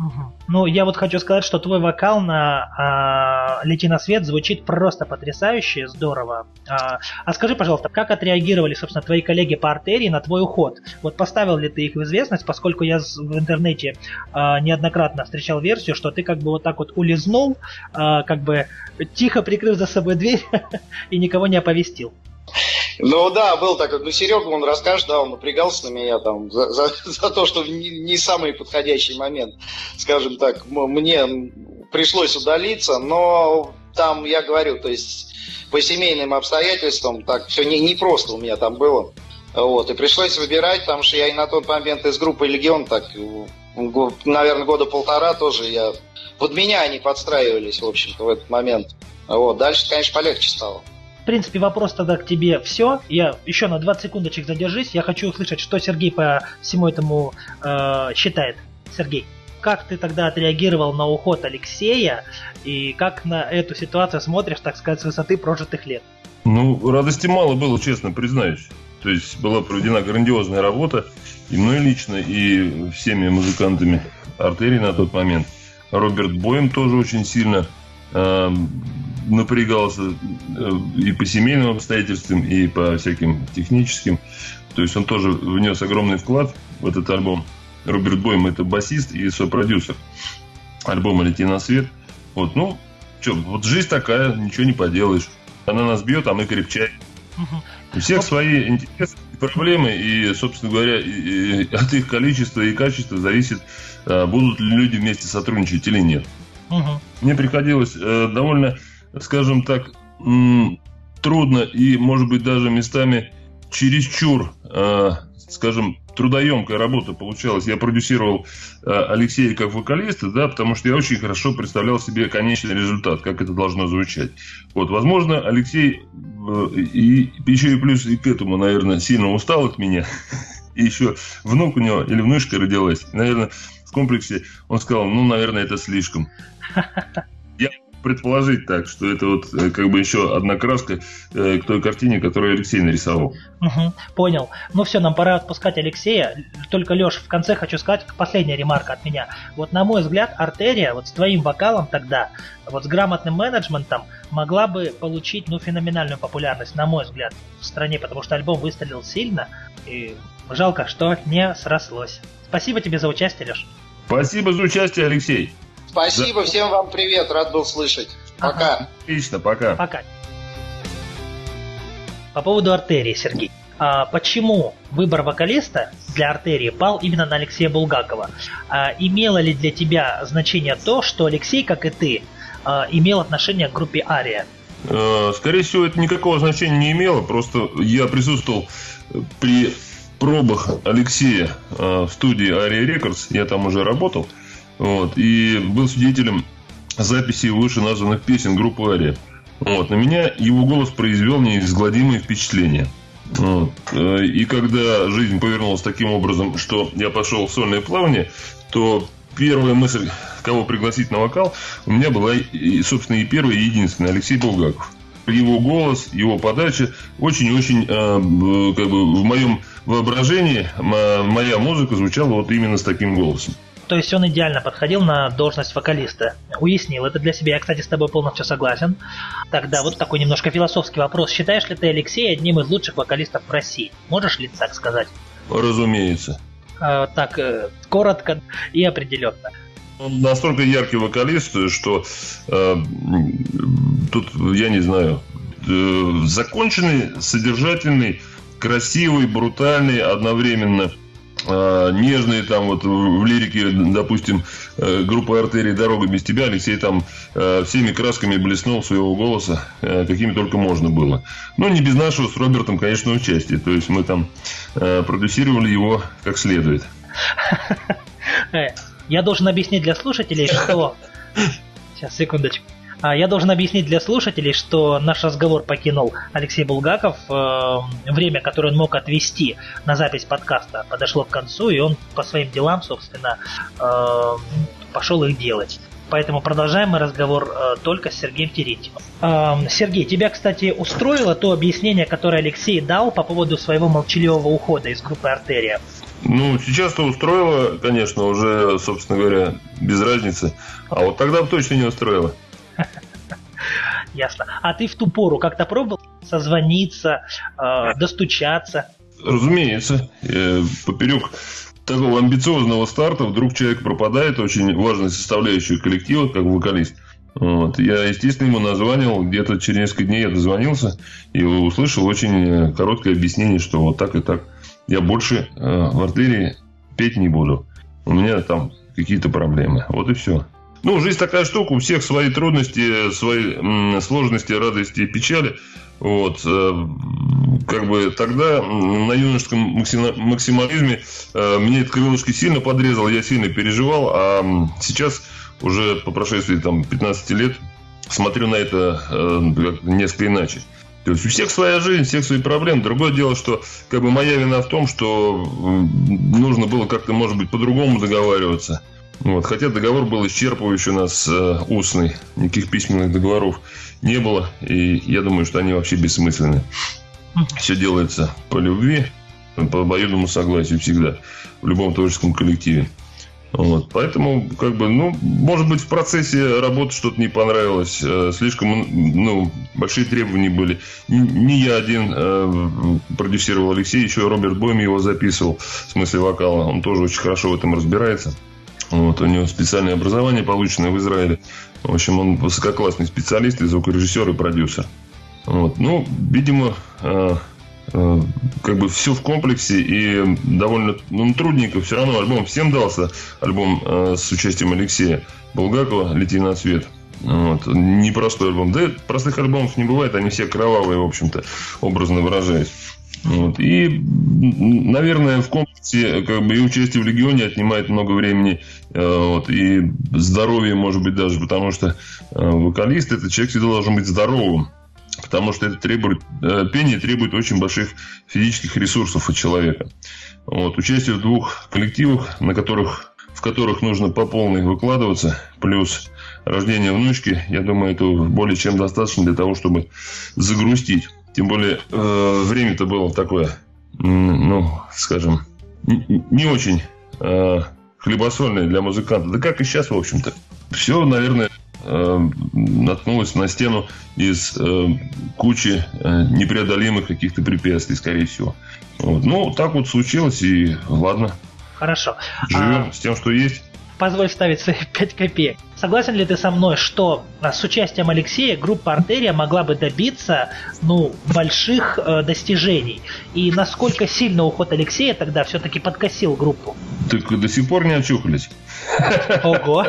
Я хочу сказать, что твой вокал на «Лети на свет» звучит просто потрясающе, здорово. А скажи, пожалуйста, как отреагировали, собственно, твои коллеги по «Артерии» на твой уход? Поставил ли ты их в известность, поскольку я в интернете неоднократно встречал версию, что ты улизнул, тихо прикрыв за собой дверь и никого не оповестил. Да, был такой. Серега, он расскажет, да, он напрягался на меня там за то, что не самый подходящий момент, скажем так, мне пришлось удалиться, но там, я говорю, то есть по семейным обстоятельствам так все не просто у меня там было. И пришлось выбирать, потому что я и на тот момент из группы «Легион», наверное, 1.5 года тоже под меня они подстраивались, в общем-то, в этот момент. Дальше, конечно, полегче стало. В принципе, вопрос тогда к тебе все. Я еще на 20 секундочек задержись. Я хочу услышать, что Сергей по всему этому считает. Сергей, как ты тогда отреагировал на уход Алексея и как на эту ситуацию смотришь, так сказать, с высоты прожитых лет? Радости мало было, честно признаюсь. То есть была проведена грандиозная работа и мной лично, и всеми музыкантами Артерии на тот момент. Роберт Бойм тоже очень сильно напрягался и по семейным обстоятельствам, и по всяким техническим. То есть он тоже внес огромный вклад в этот альбом. Роберт Бойм — это басист и сопродюсер альбома «Лети на свет». Вот, ну, что, вот жизнь такая, ничего не поделаешь. Она нас бьет, а мы крепчаем. У всех свои интересы, проблемы, и, собственно говоря, и от их количества и качества зависит, будут ли люди вместе сотрудничать или нет. Мне приходилось довольно, скажем так, трудно и, может быть, даже местами чересчур, скажем, трудоемкая работа получалась. Я продюсировал Алексея как вокалиста, да, потому что я очень хорошо представлял себе конечный результат, как это должно звучать. Вот, возможно, Алексей и еще и плюс и к этому, наверное, сильно устал от меня. И еще внук у него или внучка родилась. Наверное, в комплексе он сказал, ну, наверное, это слишком. Я предположить так, что это вот как бы еще одна краска к той картине, которую Алексей нарисовал. Понял. Ну все, нам пора отпускать Алексея. Только, Леш, в конце хочу сказать, последняя ремарка от меня. Вот на мой взгляд, Артерия вот с твоим вокалом тогда, вот с грамотным менеджментом могла бы получить, ну, феноменальную популярность, на мой взгляд, в стране, потому что альбом выстрелил сильно, и жалко, что не срослось. Спасибо тебе за участие, Леш. Спасибо за участие, Алексей. Спасибо, всем вам привет, рад был слышать. Пока. Отлично, пока. Пока. По поводу Артерии, Сергей. Почему выбор вокалиста для Артерии пал именно на Алексея Булгакова? Имело ли для тебя значение то, что Алексей, как и ты, имел отношение к группе Ария? Скорее всего, это никакого значения не имело. Просто я присутствовал при пробах Алексея в студии Ария Рекордс. Я там уже работал. Вот, и был свидетелем записи вышеназванных песен группы Ария. Вот, на меня его голос произвел неизгладимые впечатления. Вот. И когда жизнь повернулась таким образом, что я пошел в сольное плавание, то первая мысль, кого пригласить на вокал, у меня была, собственно, и первая, и единственная — Алексей Булгаков. Его голос, его подача очень-очень, как бы в моем воображении моя музыка звучала вот именно с таким голосом. То есть он идеально подходил на должность вокалиста. Уяснил это для себя. Я, кстати, с тобой полностью согласен. Тогда вот такой немножко философский вопрос. Считаешь ли ты Алексея одним из лучших вокалистов в России? Можешь ли так сказать? Разумеется. Так, коротко и определенно. Он настолько яркий вокалист, что тут, я не знаю, законченный, содержательный, красивый, брутальный, одновременно нежные, там вот в лирике, допустим, группы Артерии «Дорога без тебя», Алексей там всеми красками блеснул своего голоса, какими только можно было. Но не без нашего с Робертом, конечно, участия. То есть мы там продюсировали его как следует. Я должен объяснить для слушателей, что... Сейчас, секундочку. Я должен объяснить для слушателей, что наш разговор покинул Алексей Булгаков. Время, которое он мог отвести на запись подкаста, подошло к концу, и он по своим делам, собственно, пошел их делать. Поэтому продолжаем мы разговор только с Сергеем Терентьевым. Сергей, тебя, кстати, устроило то объяснение, которое Алексей дал по поводу своего молчаливого ухода из группы «Артерия»? Ну, сейчас-то устроило, конечно, уже, собственно говоря, без разницы. А вот тогда точно не устроило. Ясно. А ты в ту пору как-то пробовал созвониться, достучаться? Разумеется. Поперек такого амбициозного старта вдруг человек пропадает, очень важная составляющая коллектива, как вокалист. Вот. Я, естественно, ему названивал, где-то через несколько дней я дозвонился и услышал очень короткое объяснение, что вот так и так. Я больше в Артерии петь не буду. У меня там какие-то проблемы. Вот и все. Ну, жизнь такая штука, у всех свои трудности, свои сложности, радости и печали. Вот. Как бы тогда на юношеском максимализме мне это крылышко сильно подрезало, я сильно переживал. А сейчас, уже по прошествии там 15 лет, смотрю на это несколько иначе. То есть у всех своя жизнь, у всех свои проблемы. Другое дело, что как бы моя вина в том, что нужно было как-то, может быть, по-другому договариваться. Вот. Хотя договор был исчерпывающий у нас, устный. Никаких письменных договоров не было. И я думаю, что они вообще бессмысленны. Все делается по любви, по обоюдному согласию всегда, в любом творческом коллективе. Вот. Поэтому, может быть, в процессе работы что-то не понравилось, слишком большие требования были. Не я один продюсировал Алексей, еще Роберт Бойм его записывал, в смысле вокала. Он тоже очень хорошо в этом разбирается. Вот. У него специальное образование, полученное в Израиле. В общем, он высококлассный специалист, и звукорежиссер, и продюсер. Вот. Видимо, все в комплексе, и довольно трудненько. Все равно альбом всем дался. Альбом с участием Алексея Булгакова «Лети на свет». Вот. Непростой альбом. Да, простых альбомов не бывает. Они все кровавые, в общем-то, образно выражаясь. Вот. И, наверное, в комплексе и участие в «Легионе» отнимает много времени, и здоровье, может быть, даже, потому что вокалист – это человек всегда должен быть здоровым. Потому что пение требует очень больших физических ресурсов от человека. Вот. Участие в 2 коллективах, в которых нужно по полной выкладываться, плюс рождение внучки, я думаю, это более чем достаточно для того, чтобы загрустить. Тем более, время-то было такое, скажем, не очень хлебосольное для музыканта. Да как и сейчас, в общем-то. Все, наверное, наткнулась на стену из кучи непреодолимых каких-то препятствий, скорее всего. Вот. Так вот случилось, и ладно. Хорошо. Живем с тем, что есть. Позволь вставить свои 5 копеек. Согласен ли ты со мной, что с участием Алексея группа «Артерия» могла бы добиться больших достижений? И насколько сильно уход Алексея тогда все-таки подкосил группу? Так до сих пор не очухались. Ого!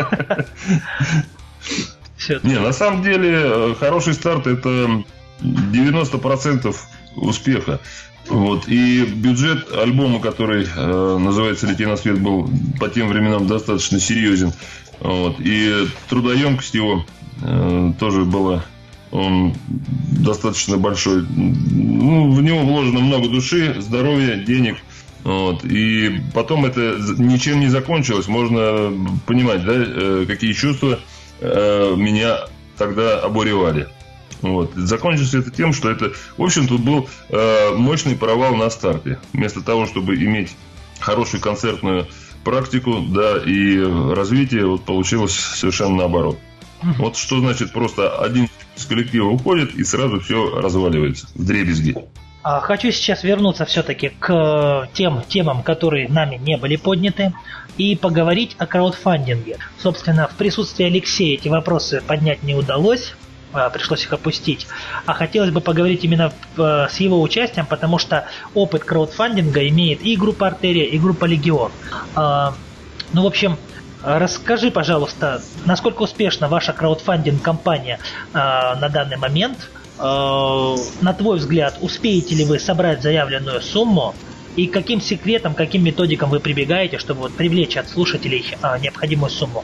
Не, на самом деле, хороший старт – это 90% успеха. Вот. И бюджет альбома, который называется «Лети на свет», был по тем временам достаточно серьезен. Вот. И трудоемкость его тоже была достаточно большой. В него вложено много души, здоровья, денег. Вот. И потом это ничем не закончилось. Можно понимать, да, какие чувства меня тогда обуревали. Вот. Закончилось это тем, что это, в общем-то, был мощный провал на старте. Вместо того, чтобы иметь хорошую концертную практику, да, и развитие, получилось совершенно наоборот. Вот что значит просто один из коллектива уходит, и сразу все разваливается вдребезги. Хочу сейчас вернуться все-таки к тем темам, которые нами не были подняты, и поговорить о краудфандинге. Собственно, в присутствии Алексея эти вопросы поднять не удалось, пришлось их опустить. А хотелось бы поговорить именно с его участием, потому что опыт краудфандинга имеет и группа «Артерия», и группа «Легион». В общем, расскажи, пожалуйста, насколько успешна ваша краудфандинг-компания на данный момент? На твой взгляд, успеете ли вы собрать заявленную сумму? И каким секретам, каким методикам вы прибегаете, чтобы привлечь от слушателей необходимую сумму?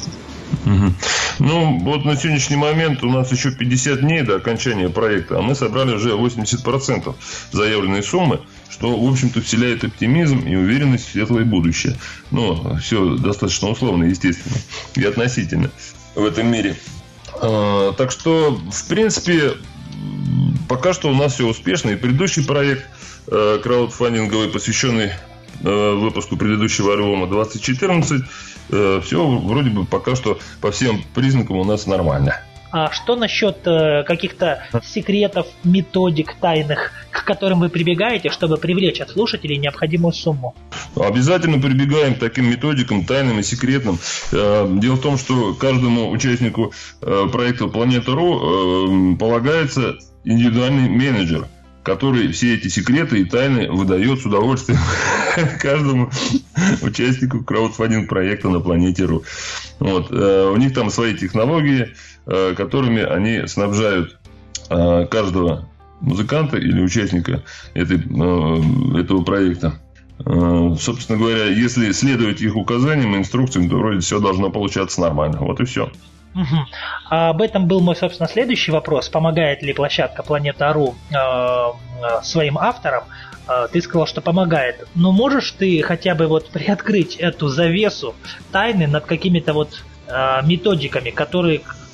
На сегодняшний момент у нас еще 50 дней до окончания проекта, а мы собрали уже 80% заявленной суммы, что, в общем-то, вселяет оптимизм и уверенность в светлое будущее. Все достаточно условно, естественно, и относительно в этом мире. Так что, в принципе, пока что у нас все успешно. И предыдущий проект краудфандинговый, посвященный выпуску предыдущего альбома 2014, все вроде бы пока что по всем признакам у нас нормально. А что насчет каких-то секретов, методик тайных, к которым вы прибегаете, чтобы привлечь от слушателей необходимую сумму? Обязательно прибегаем к таким методикам, тайным и секретным. Дело в том, что каждому участнику проекта «Планета.ру» полагается индивидуальный менеджер, который все эти секреты и тайны выдает с удовольствием каждому участнику краудфандинг-проекта на Планете.ру. Вот. У них там свои технологии, которыми они снабжают каждого музыканта или участника этого проекта. Собственно говоря, если следовать их указаниям и инструкциям, то вроде все должно получаться нормально. Вот и все. Об этом был мой, собственно, следующий вопрос. Помогает ли площадка Планета.ру своим авторам? Ты сказал, что помогает. Но можешь ты хотя бы приоткрыть эту завесу тайны над какими-то методиками, которые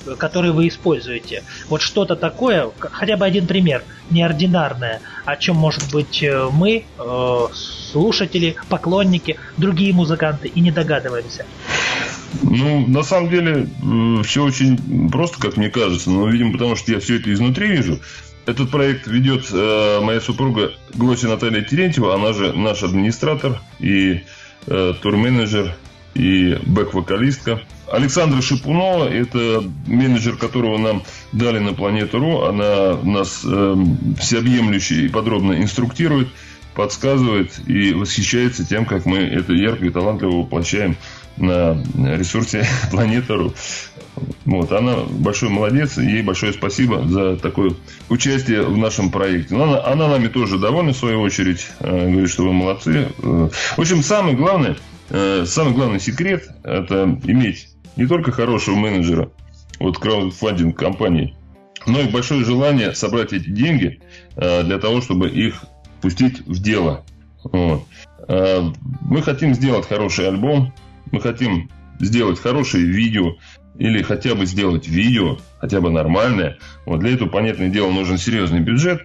которые вы используете. Вот что-то такое, хотя бы один пример, неординарное, о чем, может быть, мы, слушатели, поклонники, другие музыканты и не догадываемся. Ну, на самом деле, все очень просто, как мне кажется, но, видимо, потому что я все это изнутри вижу. Этот проект ведет моя супруга Глося Наталья Терентьева, она же наш администратор и турменеджер, и бэк-вокалистка. Александра Шипунова, это менеджер, которого нам дали на Планету.ру. Она нас всеобъемлюще и подробно инструктирует, подсказывает и восхищается тем, как мы это ярко и талантливо воплощаем на ресурсе Планета.ру. Вот, она большой молодец, ей большое спасибо за такое участие в нашем проекте. Но она нами тоже довольна, в свою очередь, говорит, что вы молодцы. В общем, самый главный секрет – это иметь не только хорошего менеджера, вот краудфандинг компании, но и большое желание собрать эти деньги для того, чтобы их пустить в дело. Вот. Мы хотим сделать хороший альбом, мы хотим сделать хорошее видео, или хотя бы сделать видео, хотя бы нормальное. Вот для этого, понятное дело, нужен серьезный бюджет.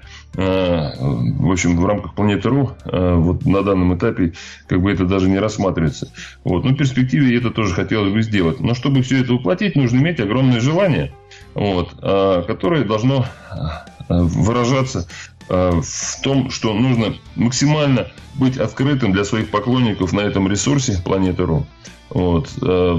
В общем, в рамках Планеты.ру вот на данном этапе как бы это даже не рассматривается. Вот. Но в перспективе это тоже хотелось бы сделать. Но чтобы все это воплотить, нужно иметь огромное желание, вот, которое должно выражаться в том, что нужно максимально быть открытым для своих поклонников на этом ресурсе Планеты.ру. Вот.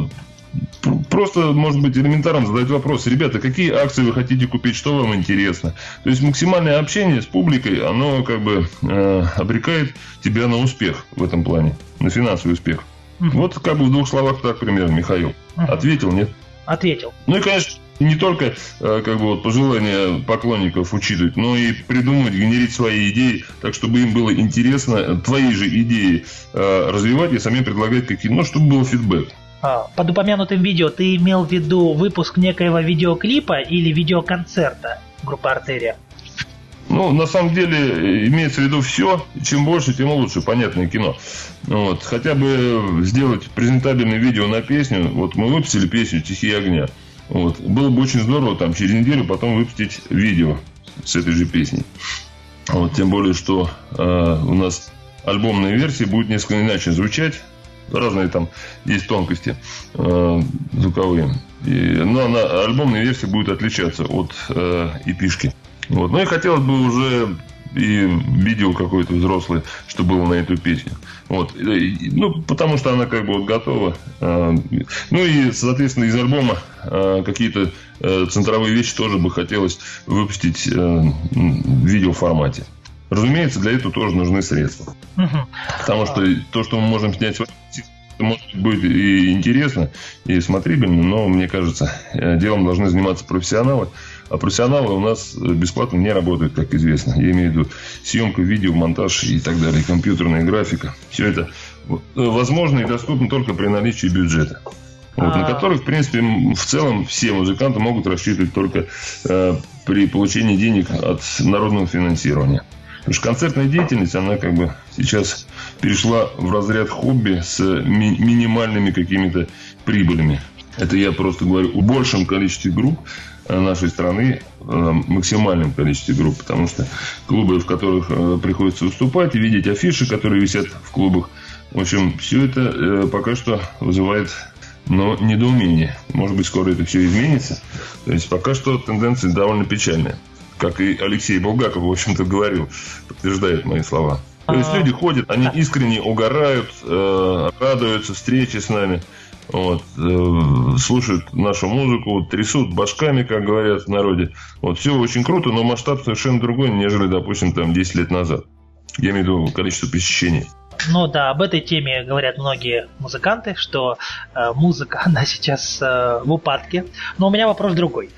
Просто, может быть, элементарно задать вопрос: ребята, какие акции вы хотите купить, что вам интересно? То есть максимальное общение с публикой, оно как бы обрекает тебя на успех в этом плане, на финансовый успех. Вот как бы в 2 словах так примерно, Михаил. Ответил, нет? Ответил. Ну и, конечно, не только как бы вот пожелания поклонников учитывать, но и придумывать, генерить свои идеи, так чтобы им было интересно твои же идеи развивать и самим предлагать какие-то, ну, чтобы был фидбэк. Под упомянутым видео ты имел в виду выпуск некоего видеоклипа или видеоконцерта группы «Артерия»? Ну, на самом деле, имеется в виду все. Чем больше, тем лучше, понятное кино. Вот. Хотя бы сделать презентабельное видео на песню. Вот мы выпустили песню «Тихие огня». Вот. Было бы очень здорово там через неделю потом выпустить видео с этой же песней. Вот. Тем более, что у нас альбомная версия будет несколько иначе звучать. Разные там есть тонкости звуковые. Но альбомная версия будет отличаться от EP-шки. Вот. Ну и хотелось бы уже и видео какое-то взрослое, что было на эту песню. Вот. Ну, потому что она как бы вот готова. Ну и, соответственно, из альбома какие-то центровые вещи тоже бы хотелось выпустить в видеоформате. Разумеется, для этого тоже нужны средства. Потому что то, что мы можем снять, может быть и интересно, и смотрибельно, но, мне кажется, делом должны заниматься профессионалы. А профессионалы у нас бесплатно не работают, как известно. Я имею в виду съемка, видео, монтаж и так далее, компьютерная графика. Все это возможно и доступно только при наличии бюджета. Вот, на который, в принципе, в целом все музыканты могут рассчитывать только при получении денег от народного финансирования. Потому что концертная деятельность, она как бы сейчас перешла в разряд хобби с минимальными какими-то прибылями. Это я просто говорю о большем количестве групп нашей страны, максимальном количестве групп, потому что клубы, в которых приходится выступать, и видеть афиши, которые висят в клубах, в общем, все это пока что вызывает, но недоумение. Может быть, скоро это все изменится. То есть пока что тенденция довольно печальная. Как и Алексей Булгаков, в общем-то, говорил, подтверждает мои слова. То есть люди ходят, они искренне угорают, радуются встрече с нами, вот, слушают нашу музыку, трясут башками, как говорят в народе. Вот, все очень круто, но масштаб совершенно другой, нежели, допустим, там 10 лет назад. Я имею в виду количество посещений. Ну да, об этой теме говорят многие музыканты, что музыка, она сейчас в упадке. Но у меня вопрос другой.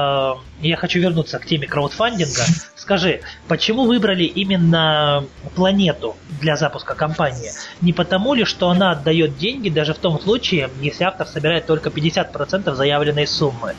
Я хочу вернуться к теме краудфандинга. Скажи, почему выбрали именно Планету для запуска кампании? Не потому ли, что она отдает деньги даже в том случае, если автор собирает только 50% заявленной суммы?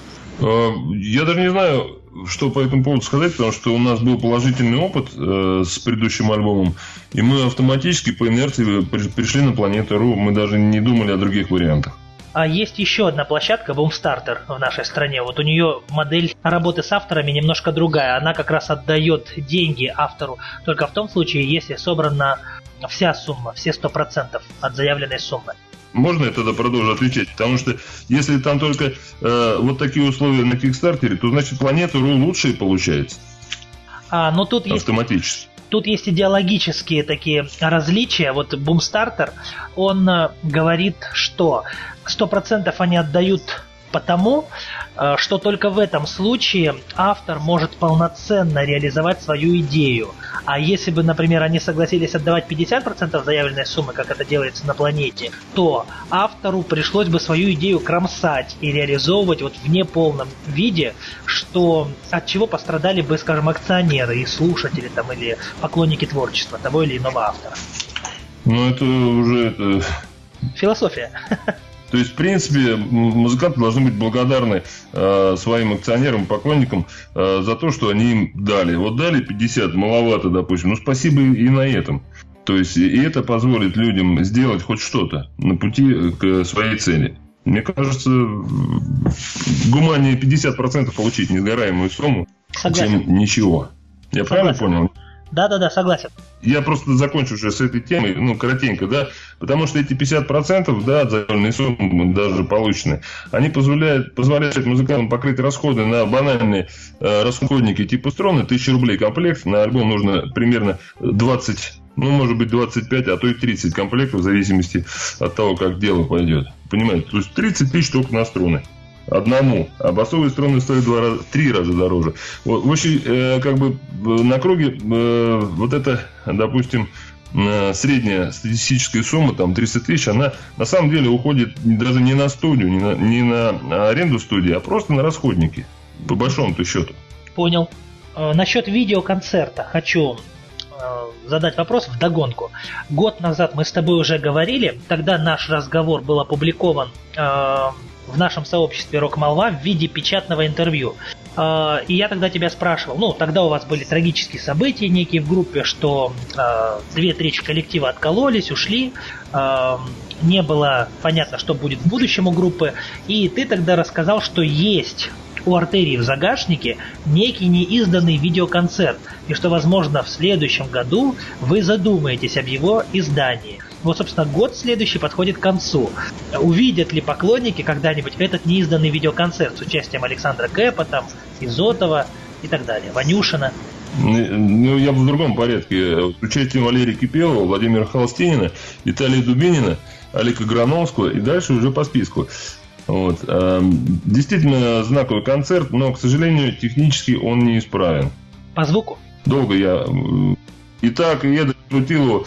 Я даже не знаю, что по этому поводу сказать, потому что у нас был положительный опыт с предыдущим альбомом, и мы автоматически по инерции пришли на Планету.ру, мы даже не думали о других вариантах. А есть еще одна площадка, Boomstarter, в нашей стране. Вот у нее модель работы с авторами немножко другая. Она как раз отдает деньги автору только в том случае, если собрана вся сумма, все 100% от заявленной суммы. Можно я тогда продолжу отвечать? Потому что если там только вот такие условия на Кикстартере, то значит Планета.ру лучшие получается. Но тут автоматически. Тут есть идеологические такие различия. Вот Boomstarter, он говорит, что 100% они отдают потому, что только в этом случае автор может полноценно реализовать свою идею. А если бы, например, они согласились отдавать 50% заявленной суммы, как это делается на Планете, то автору пришлось бы свою идею кромсать и реализовывать вот в неполном виде, что от чего пострадали бы, скажем, акционеры и слушатели там, или поклонники творчества того или иного автора. Ну, это уже... Философия. То есть, в принципе, музыканты должны быть благодарны своим акционерам, поклонникам за то, что они им дали. Вот дали 50, маловато, допустим. Ну, спасибо и на этом. То есть, и это позволит людям сделать хоть что-то на пути к своей цели. Мне кажется, гуманнее 50% получить несгораемую сумму, чем ничего. Я правильно понял? Да, согласен. Я просто закончу уже с этой темой, коротенько, да, потому что эти 50%, да, от заявленной суммы даже полученные, они позволяют музыкантам покрыть расходы на банальные расходники типа струны, 1000 рублей комплект, на альбом нужно примерно 20, может быть 25, а то и 30 комплектов, в зависимости от того, как дело пойдет. Понимаете, то есть 30 тысяч только на струны. Одному, а басовые струны стоят 3 раза дороже. Вот, в общем, как бы на круге вот это, допустим, средняя статистическая сумма, там 300 тысяч, она на самом деле уходит даже не на студию, не на аренду студии, а просто на расходники, по большому-то счету. Понял. Насчет видеоконцерта хочу задать вопрос вдогонку. Год назад мы с тобой уже говорили, тогда наш разговор был опубликован в нашем сообществе «Рок-Молва» в виде печатного интервью. И я тогда тебя спрашивал, тогда у вас были трагические события некие в группе, что 2/3 коллектива откололись, ушли, не было понятно, что будет в будущем у группы, и ты тогда рассказал, что есть у Артерии в загашнике некий неизданный видеоконцерт, и что, возможно, в следующем году вы задумаетесь об его издании. Вот, собственно, год следующий подходит к концу. Увидят ли поклонники когда-нибудь этот неизданный видеоконцерт с участием Александра Кэпа, Изотова и так далее, Ванюшина? Я бы в другом порядке. С участием Валерия Кипелова, Владимира Холстинина, Виталия Дубинина, Олега Грановского и дальше уже по списку. Вот. Действительно знаковый концерт, но, к сожалению, технически он не исправен. По звуку? Долго я... И так, и я докрутил его.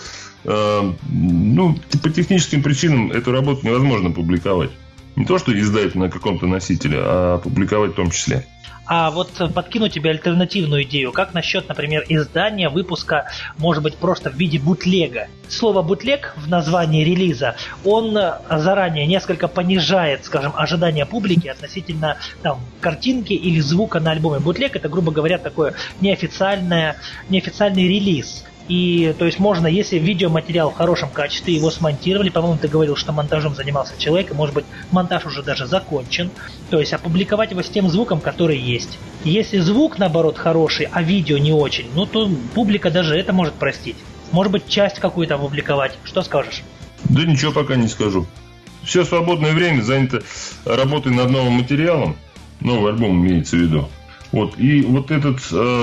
По техническим причинам эту работу невозможно публиковать. Не то, что издать на каком-то носителе, а публиковать в том числе. А вот подкину тебе альтернативную идею. Как насчет, например, издания, выпуска, может быть, просто в виде бутлега? Слово «бутлег» в названии релиза, он заранее несколько понижает, скажем, ожидания публики относительно картинки или звука на альбоме. Бутлег — это, грубо говоря, такой неофициальный релиз. И, то есть, можно, если видеоматериал в хорошем качестве, его смонтировали, по-моему, ты говорил, что монтажом занимался человек, и, может быть, монтаж уже даже закончен, то есть, опубликовать его с тем звуком, который есть. Если звук, наоборот, хороший, а видео не очень, то публика даже это может простить. Может быть, часть какую-то опубликовать. Что скажешь? Да ничего пока не скажу. Все свободное время занято работой над новым материалом, новый альбом имеется в виду. И вот этот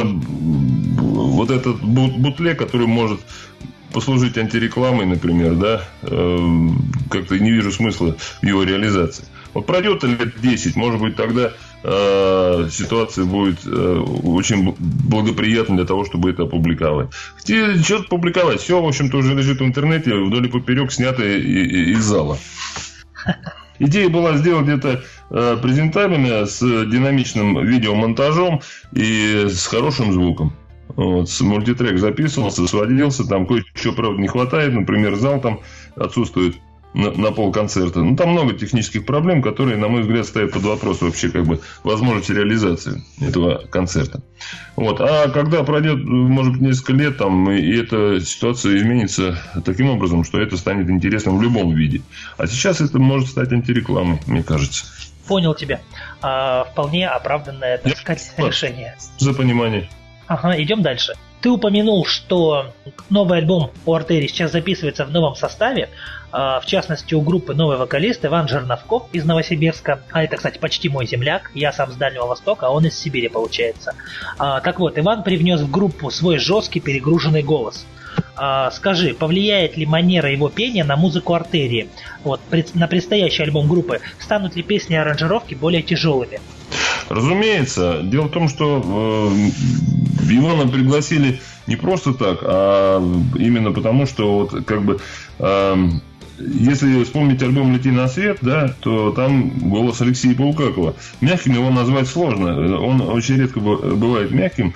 бутлег, который может послужить антирекламой, например, да, как-то не вижу смысла в его реализации. Вот пройдет лет 10, может быть, тогда ситуация будет очень благоприятна для того, чтобы это опубликовать. Хотите что-то публиковать, все, в общем-то, уже лежит в интернете, вдоль и поперек снято из зала. Идея была сделать это презентабельно, с динамичным видеомонтажом и с хорошим звуком. Мультитрек записывался, сводился, там кое-что, правда, не хватает, например, зал там отсутствует. на полконцерта. Ну, там много технических проблем, которые, на мой взгляд, ставят под вопрос вообще как бы возможность реализации этого концерта. Вот. А когда пройдет, может быть, несколько лет, там, и эта ситуация изменится таким образом, что это станет интересным в любом виде. А сейчас это может стать антирекламой, мне кажется. Понял тебя. Вполне оправданное, так сказать, решение. За понимание. Ага, идем дальше. Ты упомянул, что новый альбом у Артерии сейчас записывается в новом составе. В частности, у группы новый вокалист Иван Жерновков из Новосибирска. А это, кстати, почти мой земляк. Я сам с Дальнего Востока, а он из Сибири, получается. Так вот, Иван привнес в группу свой жесткий перегруженный голос. Скажи, повлияет ли манера его пения на музыку Артерии? Вот, на предстоящий альбом группы станут ли песни и аранжировки более тяжелыми? Разумеется. Дело в том, что Ивана пригласили не просто так, а именно потому, что вот как бы если вспомнить альбом «Лети на свет», да, то там голос Алексея Паукакова. Мягким его назвать сложно. Он очень редко бывает мягким.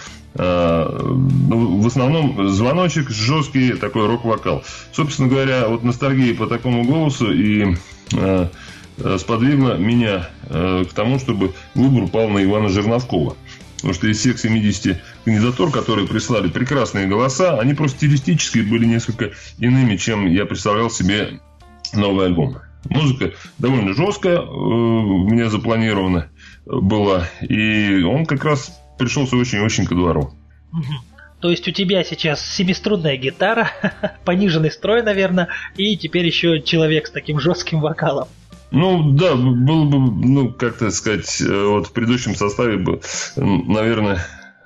В основном звоночек, жесткий такой рок-вокал. Собственно говоря, вот ностальгия по такому голосу и сподвигла меня к тому, чтобы выбор упал на Ивана Жерновкова. Потому что из всех 70 кандидатур, которые прислали прекрасные голоса, они просто стилистически были несколько иными, чем я представлял себе новый альбом. Музыка довольно жесткая у меня запланирована была, и он как раз пришелся очень-очень ко двору. То есть у тебя сейчас семиструнная гитара, пониженный строй, наверное, и теперь еще человек с таким жестким вокалом. Ну, да, было бы, ну, как-то сказать, вот в предыдущем составе бы, наверное,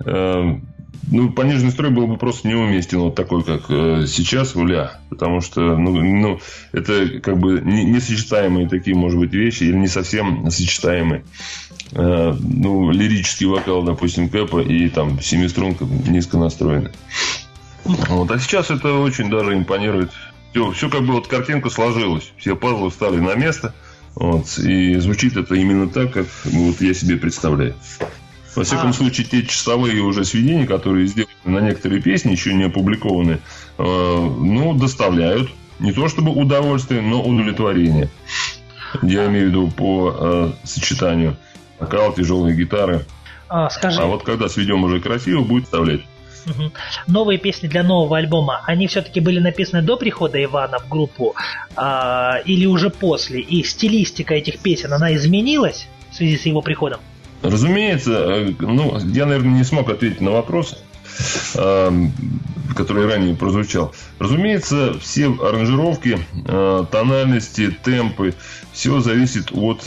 пониженный строй был бы просто неуместен, вот такой, как сейчас у Ля, потому что, это как бы несочетаемые такие, может быть, вещи, или не совсем сочетаемые. Лирический вокал, допустим, Кэпа и там семиструнка низко настроена. Вот, а сейчас это очень даже импонирует. Все как бы вот картинка сложилась, все пазлы встали на место. Вот, и звучит это именно так, как вот я себе представляю. Во всяком случае, те часовые уже сведения, которые сделаны на некоторые песни, еще не опубликованы, доставляют не то чтобы удовольствие, но удовлетворение. Я имею в виду по сочетанию вокал, тяжелые гитары. Скажи. А вот когда сведем уже красиво, будет вставлять. Угу. Новые песни для нового альбома, они все-таки были написаны до прихода Ивана в группу или уже после? И стилистика этих песен, она изменилась в связи с его приходом? Разумеется, я, наверное, не смог ответить на вопрос, который ранее прозвучал. Разумеется, все аранжировки, тональности, темпы, все зависит от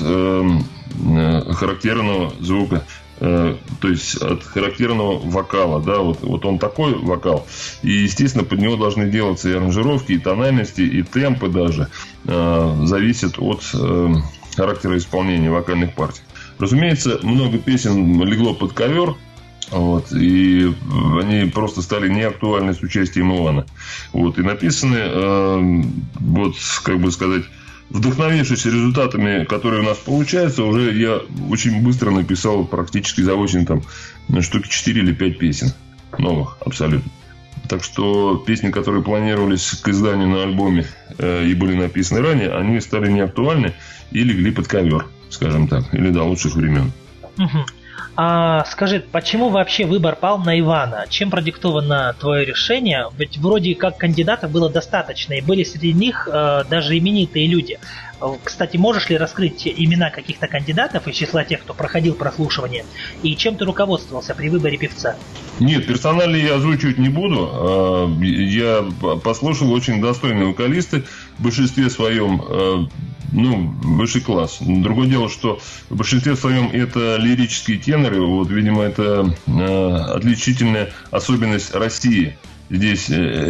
характерного звука. То есть от характерного вокала, да, вот он такой вокал, и, естественно, под него должны делаться и аранжировки, и тональности, и темпы даже, зависят от характера исполнения вокальных партий. Разумеется, много песен легло под ковер, вот, и они просто стали неактуальны с участием Ивана. Вот, и написаны, как бы сказать, вдохновившись результатами, которые у нас получаются, уже я очень быстро написал практически за осень штуки 4 или 5 песен новых абсолютно. Так что песни, которые планировались к изданию на альбоме и были написаны ранее, они стали неактуальны и легли под ковер, скажем так, или до лучших времен. Угу. Скажи, почему вообще выбор пал на Ивана? Чем продиктовано твое решение? Ведь вроде как кандидатов было достаточно, и были среди них даже именитые люди. Кстати, можешь ли раскрыть имена каких-то кандидатов из числа тех, кто проходил прослушивание? И чем ты руководствовался при выборе певца? Нет, персонально я озвучивать не буду. Я послушал очень достойные вокалисты, в большинстве своем высший класс. Другое дело, что в большинстве своем это лирические теноры. Вот, видимо, это отличительная особенность России. Здесь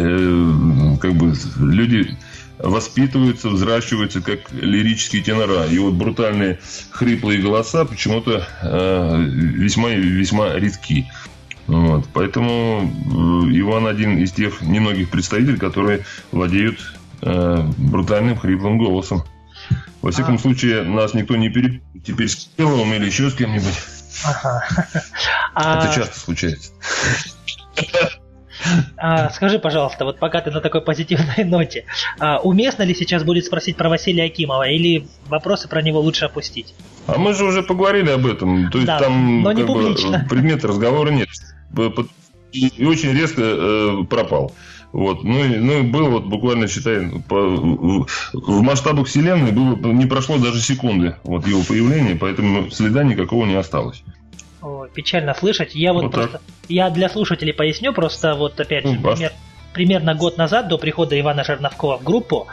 люди воспитываются, взращиваются как лирические тенора. И вот брутальные хриплые голоса почему-то весьма и весьма редки. Вот. Поэтому Иван один из тех немногих представителей, которые владеют брутальным хриплым голосом. Во всяком случае, нас никто не перепутает теперь с Кирилловым или еще с кем-нибудь. Ага. Это часто случается. Скажи, пожалуйста, вот пока ты на такой позитивной ноте, уместно ли сейчас будет спросить про Василия Акимова, или вопросы про него лучше опустить? А мы же уже поговорили об этом, то есть да, там но не публично. Предмета разговора нет. И очень резко пропал. Вот. Ну и было вот буквально, считай, в масштабах вселенной не прошло даже секунды вот его появления, поэтому следа никакого не осталось. Печально слышать. Я для слушателей поясню, просто вот опять же, примерно год назад, до прихода Ивана Жерновкова в группу,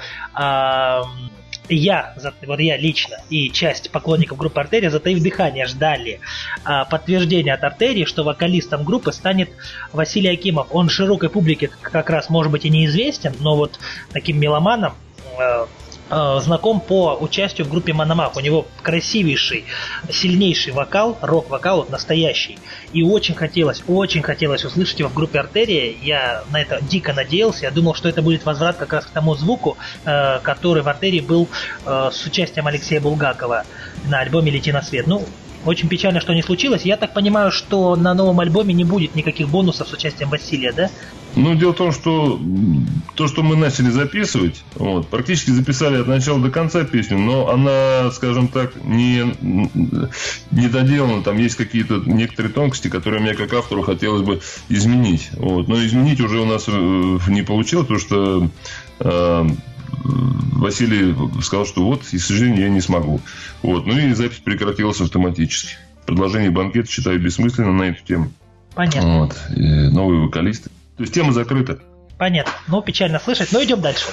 я лично и часть поклонников группы Артерия, затаив дыхание, ждали подтверждения от Артерии, что вокалистом группы станет Василий Акимов. Он широкой публике как раз, может быть, и неизвестен, но вот таким меломанам знаком по участию в группе Мономах. У него красивейший, сильнейший вокал, рок-вокал, вот настоящий. И очень хотелось услышать его в группе Артерия. Я на это дико надеялся. Я думал, что это будет возврат как раз к тому звуку, который в Артерии был с участием Алексея Булгакова на альбоме «Лети на свет». Ну, очень печально, что не случилось. Я так понимаю, что на новом альбоме не будет никаких бонусов с участием Василия, да? Ну, дело в том, что то, что мы начали записывать, практически записали от начала до конца песню, но она, скажем так, не доделана. Там есть какие-то некоторые тонкости, которые мне как автору хотелось бы изменить. Но изменить уже у нас не получилось, потому что Василий сказал, что и, к сожалению, я не смогу. Ну и запись прекратилась автоматически. Предложение банкета считаю бессмысленным на эту тему. Понятно. И новые вокалисты. То есть тема закрыта. Понятно. Печально слышать. Но идем дальше.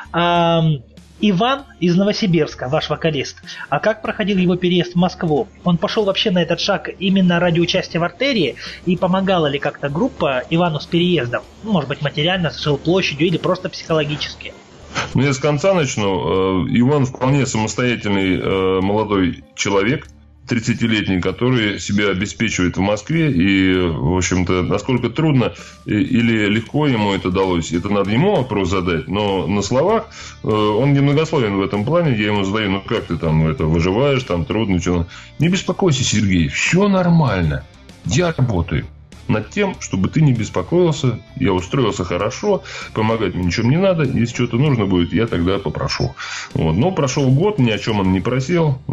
Иван из Новосибирска, ваш вокалист. А как проходил его переезд в Москву? Он пошел вообще на этот шаг именно ради участия в Артерии? И помогала ли как-то группа Ивану с переездом? Может быть, материально, с жилплощадью или просто психологически? Я с конца начну. Иван вполне самостоятельный молодой человек, 30-летний, который себя обеспечивает в Москве. И, в общем-то, насколько трудно или легко ему это далось, это надо ему вопрос задать. Но на словах он немногословен в этом плане. Я ему задаю, как ты там выживаешь, там трудно, что. Не беспокойся, Сергей, все нормально. Я работаю над тем, чтобы ты не беспокоился. Я устроился хорошо, помогать мне ничем не надо. Если что-то нужно будет, я тогда попрошу. Но прошел год, ни о чем он не просил.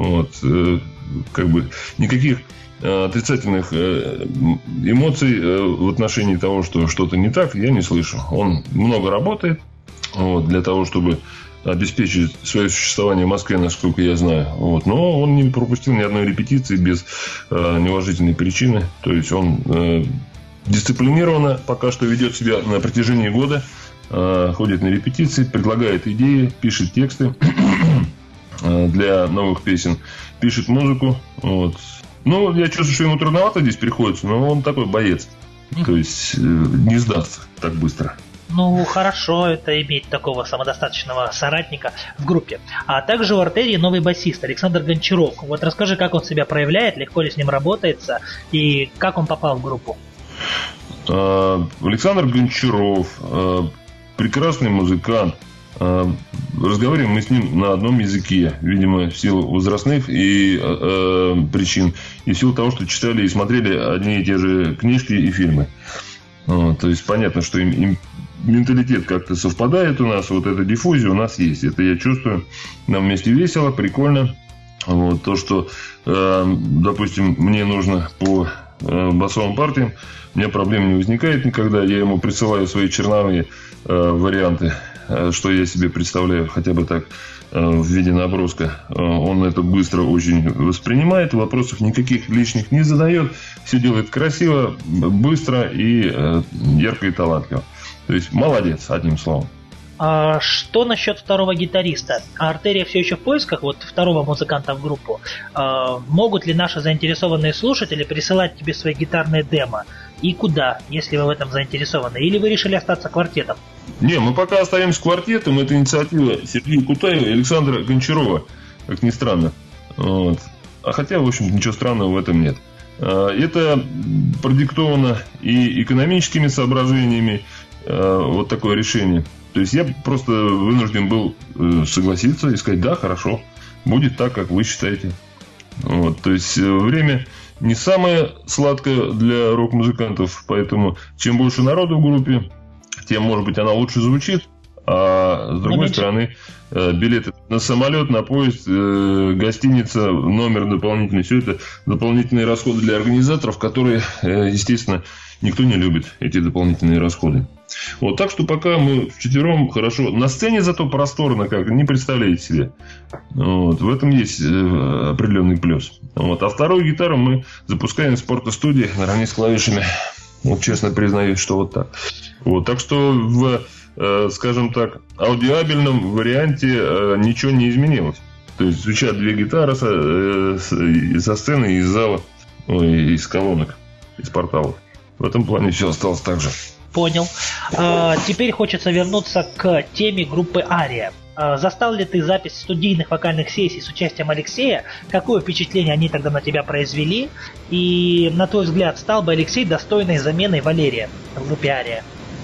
Никаких отрицательных эмоций в отношении того, что что-то не так, я не слышу. Он много работает для того, чтобы обеспечить свое существование в Москве, насколько я знаю. Но он не пропустил ни одной репетиции без неуважительной причины. То есть он дисциплинированно пока что ведет себя на протяжении года, ходит на репетиции, предлагает идеи, пишет тексты для новых песен, пишет музыку. Я чувствую, что ему трудновато здесь приходится, но он такой боец. То есть не сдастся так быстро. Хорошо это иметь такого самодостаточного соратника в группе. А также у Артерии новый басист Александр Гончаров. Расскажи, как он себя проявляет, легко ли с ним работается и как он попал в группу. Александр Гончаров прекрасный музыкант. Разговариваем мы с ним на одном языке, видимо, в силу возрастных и причин, и в силу того, что читали и смотрели одни и те же книжки и фильмы. То есть понятно, что им менталитет как-то совпадает у нас, эта диффузия у нас есть. Это я чувствую. Нам вместе весело, прикольно. То, что, допустим, мне нужно по басовым партиям, у меня проблем не возникает никогда. Я ему присылаю свои черновые варианты, что я себе представляю, хотя бы так, в виде наброска. Он это быстро очень воспринимает, вопросов никаких лишних не задает. Все делает красиво, быстро и ярко и талантливо. То есть молодец, одним словом. А что насчет второго гитариста? Артерия все еще в поисках второго музыканта в группу. Могут ли наши заинтересованные слушатели присылать тебе свои гитарные демо? И куда, если вы в этом заинтересованы? Или вы решили остаться квартетом? Не, мы пока остаемся квартетом. Это инициатива Сергея Кутаева и Александра Гончарова, как ни странно. А хотя, в общем, ничего странного в этом нет. Это продиктовано и экономическими соображениями, такое решение. То есть я просто вынужден был согласиться и сказать, да, хорошо, будет так, как вы считаете. То есть время не самое сладкое для рок-музыкантов, поэтому чем больше народу в группе, тем, может быть, она лучше звучит, а с другой стороны, билеты на самолет, на поезд, гостиница, номер дополнительный, все это дополнительные расходы для организаторов, которые, естественно, никто не любит эти дополнительные расходы. Вот, так что пока мы вчетвером хорошо. На сцене зато просторно, как не представляете себе. Вот, в этом есть определенный плюс. Вот, а вторую гитару мы запускаем в спортостудии наравне с клавишами. Вот, честно признаюсь, что вот так. Вот, так что в, скажем так, аудиабельном варианте ничего не изменилось. То есть звучат две гитары со сцены, из зала, из колонок, из порталов. В этом плане все осталось так же. Понял. Теперь хочется вернуться к теме группы «Ария». Застал ли ты запись студийных вокальных сессий с участием Алексея? Какое впечатление они тогда на тебя произвели? И, на твой взгляд, стал бы Алексей достойной заменой Валерия в группе «Ария»?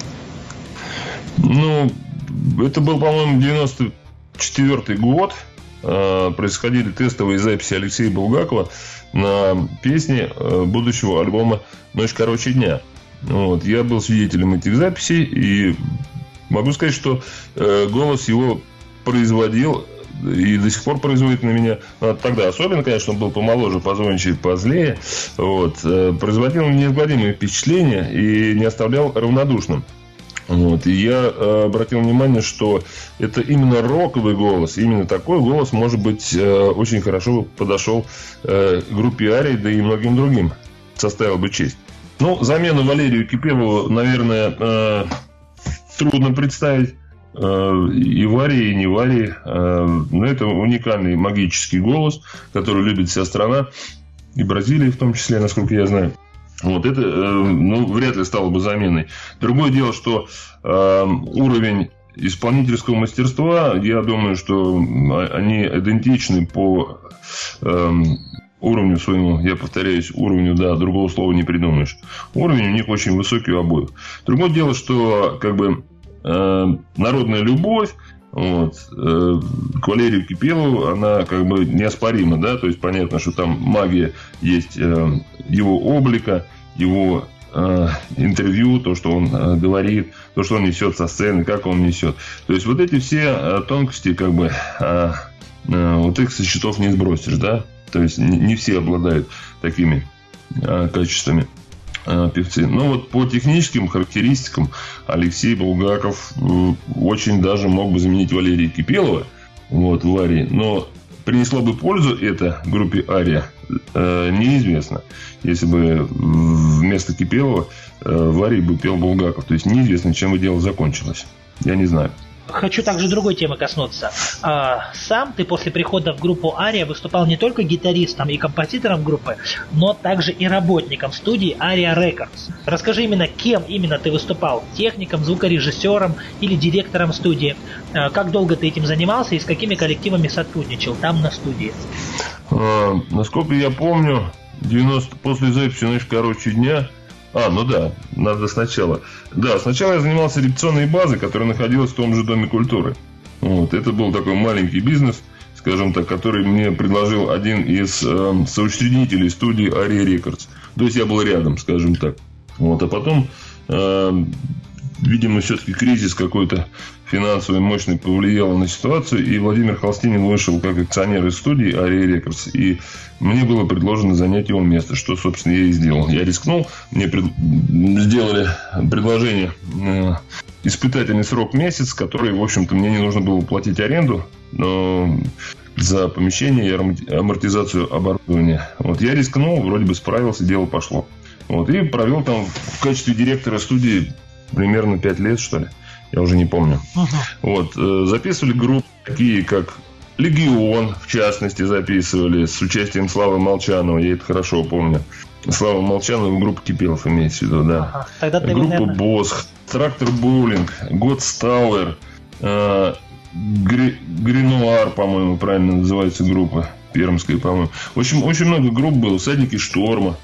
Ну, это был, по-моему, 94-й год. Происходили тестовые записи Алексея Булгакова на песни будущего альбома «Ночь короче дня». Вот, я был свидетелем этих записей и могу сказать, что голос его производил и до сих пор производит на меня. Тогда особенно, конечно, он был помоложе, позвончивее, позлее. Вот, производил неизгладимые впечатления и не оставлял равнодушным. Вот, и я обратил внимание, что это именно роковый голос. Именно такой голос, может быть, очень хорошо подошел группе «Ария», да и многим другим. Составил бы честь. Ну, замену Валерию Кипелову, наверное, трудно представить. И в «Арии», и не в «Арии». Но это уникальный магический голос, который любит вся страна. И Бразилия в том числе, насколько я знаю. Вот это, ну, вряд ли стало бы заменой. Другое дело, что уровень исполнительского мастерства, я думаю, что они идентичны по уровню своему, я повторяюсь, уровню, да, другого слова не придумаешь. Уровень у них очень высокий у обоих. Другое дело, что как бы народная любовь вот, к Валерию Кипелову, она как бы неоспорима, да, то есть понятно, что там магия есть его облика, его интервью, то, что он говорит, то, что он несет со сцены, как он несет. То есть вот эти все тонкости, как бы, вот их со счетов не сбросишь, да. То есть не все обладают такими качествами певцы. Но вот по техническим характеристикам Алексей Булгаков очень даже мог бы заменить Валерия Кипелова вот, в «Арии». Но принесло бы пользу это группе «Ария» неизвестно. Если бы вместо Кипелова в «Арии» бы пел Булгаков. То есть неизвестно, чем бы дело закончилось. Я не знаю. Хочу также другой темы коснуться. Сам ты после прихода в группу «Ария» выступал не только гитаристом и композитором группы, но также и работником студии «Ария Рекордс». Расскажи именно, кем именно ты выступал? Техником, звукорежиссером или директором студии? Как долго ты этим занимался и с какими коллективами сотрудничал там на студии? Насколько я помню, после записи «Ночь короче дня», ну да, надо сначала. Да, сначала я занимался репетиционной базой, которая находилась в том же Доме культуры. Вот, это был такой маленький бизнес, скажем так, который мне предложил один из соучредителей студии «Ария Рекордс». То есть я был рядом, скажем так. Вот, а потом, видимо, все-таки кризис какой-то финансовый мощный повлиял на ситуацию, и Владимир Холстинин вышел как акционер из студии «Ария Рекордс», и мне было предложено занять его место, что, собственно, я и сделал. Я рискнул, мне сделали предложение испытательный срок месяц, который, в общем-то, мне не нужно было платить аренду, но за помещение и амортизацию оборудования. Вот я рискнул, вроде бы справился, дело пошло. Вот, и провел там в качестве директора студии примерно 5 лет, что ли. Я уже не помню. Вот, записывали группы такие, как «Легион», в частности, записывали с участием Славы Молчанова. Я это хорошо помню. Слава Молчанова, группа Кипелов имеется в виду, да. Группа «Босх», «Трактор Боулинг», «Годс Тауэр», «Гренуар», по-моему, правильно называется группа. Пермская, по-моему. В общем, очень много групп было. «Всадники шторма».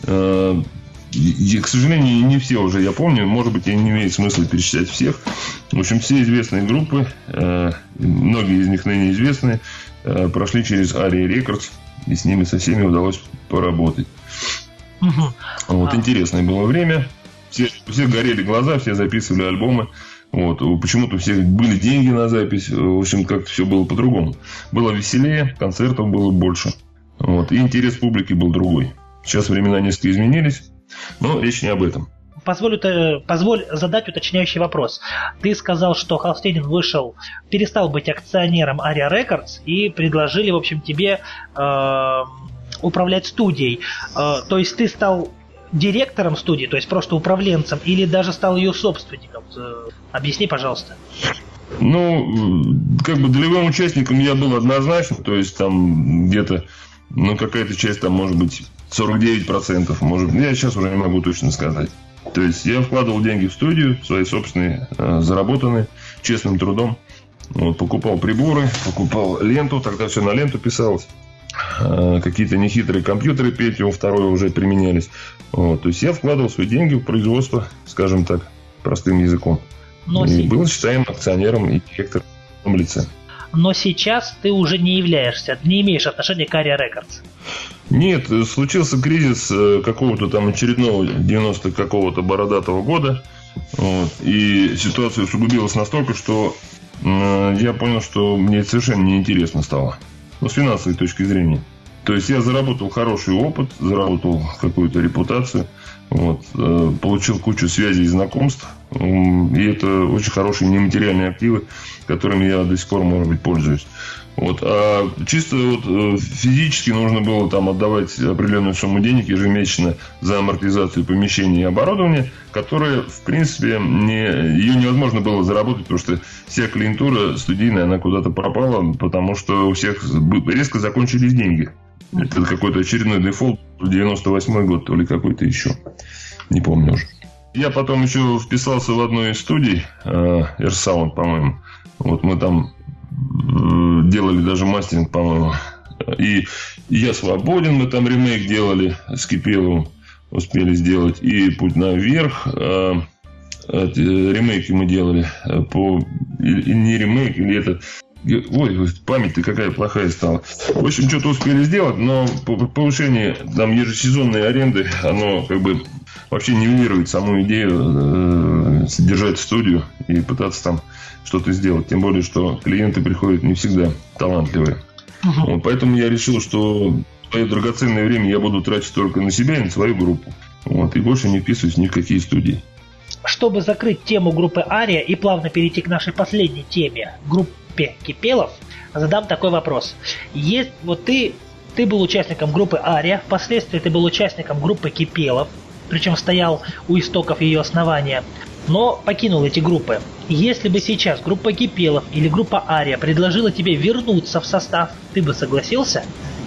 И, к сожалению, не все уже я помню. Может быть, и не имеет смысла перечислять всех. В общем, все известные группы, многие из них ныне известные, прошли через Aria Records, и с ними со всеми удалось поработать. Вот, интересное было время. У всех горели глаза, все записывали альбомы. Вот. Почему-то у всех были деньги на запись. В общем, как-то все было по-другому. Было веселее, концертов было больше. Вот. И интерес публики был другой. Сейчас времена несколько изменились, но речь не об этом. Позволь задать уточняющий вопрос. Ты сказал, что Холстедин перестал быть акционером Aria Records и предложили, в общем, тебе управлять студией. То есть ты стал директором студии, то есть просто управленцем, или даже стал ее собственником? Объясни, пожалуйста. Долевым участником я был однозначно, то есть там где-то, какая-то часть там может быть 49%, я сейчас уже не могу точно сказать. То есть я вкладывал деньги в студию, свои собственные, заработанные, честным трудом. Вот, покупал приборы, покупал ленту, тогда все на ленту писалось. Какие-то нехитрые компьютеры Pentium 2 уже применялись. Вот, то есть я вкладывал свои деньги в производство, скажем так, простым языком. И был считаем акционером и директором в лице. Но сейчас ты уже не имеешь отношения к Aria Records. Нет, случился кризис какого-то там очередного 90 какого-то бородатого года. Вот, и ситуация усугубилась настолько, что я понял, что мне это совершенно неинтересно стало. С финансовой точки зрения. То есть я заработал хороший опыт, заработал какую-то репутацию, вот, получил кучу связей и знакомств. И это очень хорошие нематериальные активы, которыми я до сих пор, может быть, пользуюсь. Вот. А чисто физически нужно было там отдавать определенную сумму денег ежемесячно за амортизацию помещений и оборудования, которое, в принципе, ее невозможно было заработать, потому что вся клиентура студийная, она куда-то пропала, потому что у всех резко закончились деньги. Это какой-то очередной дефолт, 98-й год, то ли какой-то еще, не помню уже. Я потом еще вписался в одну из студий, AirSound, по-моему. Вот мы там делали даже мастеринг, по-моему. И «Я свободен», мы там ремейк делали с Кипеловым, успели сделать. И «Путь наверх», ремейки мы делали. Не ремейк, или это... Ой, память-то какая плохая стала. В общем, что-то успели сделать, но повышение там ежесезонной аренды, оно как бы вообще нивелирует саму идею содержать студию и пытаться там что-то сделать. Тем более, что клиенты приходят не всегда талантливые. Вот, поэтому я решил, что свое драгоценное время я буду тратить только на себя и на свою группу. Вот, и больше не вписываюсь ни в какие студии. Чтобы закрыть тему группы Aria и плавно перейти к нашей последней теме, группе Кипелов, задам такой вопрос. Ты был участником группы Aria, впоследствии ты был участником группы Кипелов, причем стоял у истоков ее основания, но покинул эти группы. Если бы сейчас группа Кипелов или группа Aria предложила тебе вернуться в состав, ты бы согласился?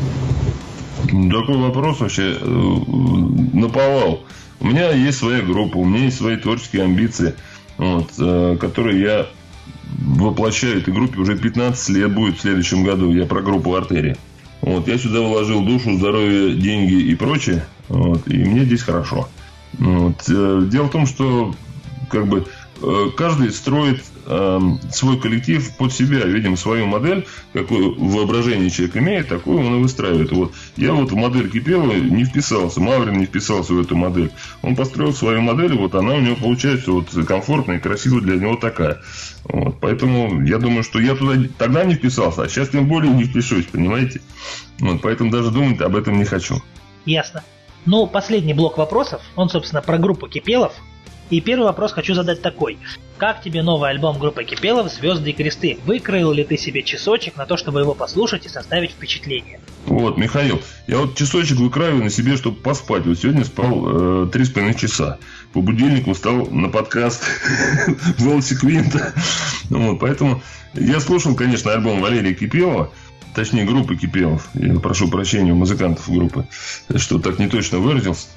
Такой вопрос вообще наповал. У меня есть своя группа, у меня есть свои творческие амбиции, вот, которые я воплощаю этой группе уже 15 лет будет в следующем году. Я про группу Артерия. Вот, я сюда вложил душу, здоровье, деньги и прочее. Вот, и мне здесь хорошо. Вот. Дело в том, что как бы каждый строит свой коллектив под себя, видимо, свою модель, какое воображение человек имеет, такую он и выстраивает. Вот. Я вот в модель Кипелова не вписался, Маврин не вписался в эту модель. Он построил свою модель, и вот она у него получается вот комфортная и красивая для него такая. Вот. Поэтому я думаю, что я туда тогда не вписался, а сейчас тем более не впишусь, понимаете? Вот. Поэтому даже думать об этом не хочу. Ясно. Ну, последний блок вопросов, он, собственно, про группу Кипелов. И первый вопрос хочу задать такой. Как тебе новый альбом группы Кипелов «Звезды и кресты»? Выкроил ли ты себе часочек на то, чтобы его послушать и составить впечатление? Вот, Михаил, я вот часочек выкраиваю на себе, чтобы поспать. Вот сегодня спал 3,5 часа. По будильнику встал на подкаст «Волчек Винта». Вот, поэтому я слушал, конечно, альбом Валерия Кипелова. Точнее, группы Кипелов. Я прошу прощения у музыкантов группы, что так не точно выразился.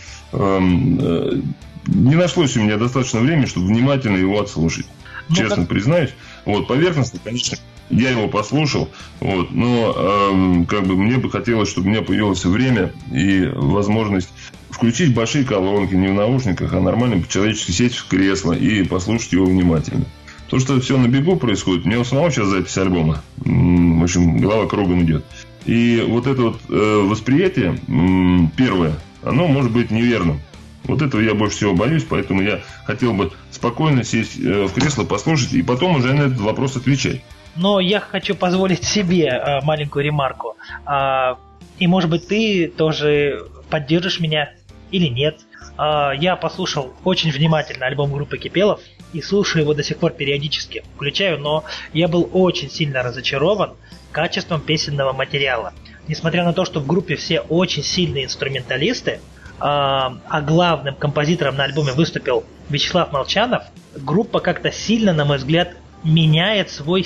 Не нашлось у меня достаточно времени, чтобы внимательно его отслушать. Честно признаюсь. Вот, поверхностно, конечно, я его послушал. Вот, но как бы мне бы хотелось, чтобы у меня появилось время и возможность включить большие колонки, не в наушниках, а нормально по-человечески сесть в кресло и послушать его внимательно. То, что все на бегу происходит, у меня у самого сейчас запись альбома. В общем, голова кругом идет. И вот это вот восприятие, первое, оно может быть неверным. Вот этого я больше всего боюсь, поэтому я хотел бы спокойно сесть в кресло, послушать и потом уже на этот вопрос отвечать. Но я хочу позволить себе маленькую ремарку. И, может быть, ты тоже поддержишь меня или нет. Я послушал очень внимательно альбом группы Кипелов и слушаю его до сих пор периодически. Включаю, но я был очень сильно разочарован качеством песенного материала. Несмотря на то, что в группе все очень сильные инструменталисты, а главным композитором на альбоме выступил Вячеслав Молчанов, группа как-то сильно, на мой взгляд, меняет свое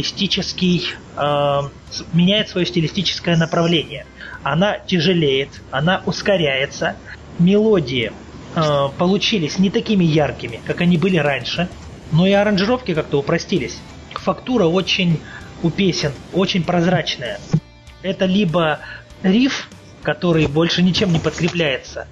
стилистическое направление. Она тяжелеет, она ускоряется, мелодии получились не такими яркими, как они были раньше, но и аранжировки как-то упростились. Фактура очень у песен очень прозрачная. Это либо риф, который больше ничем не подкрепляется,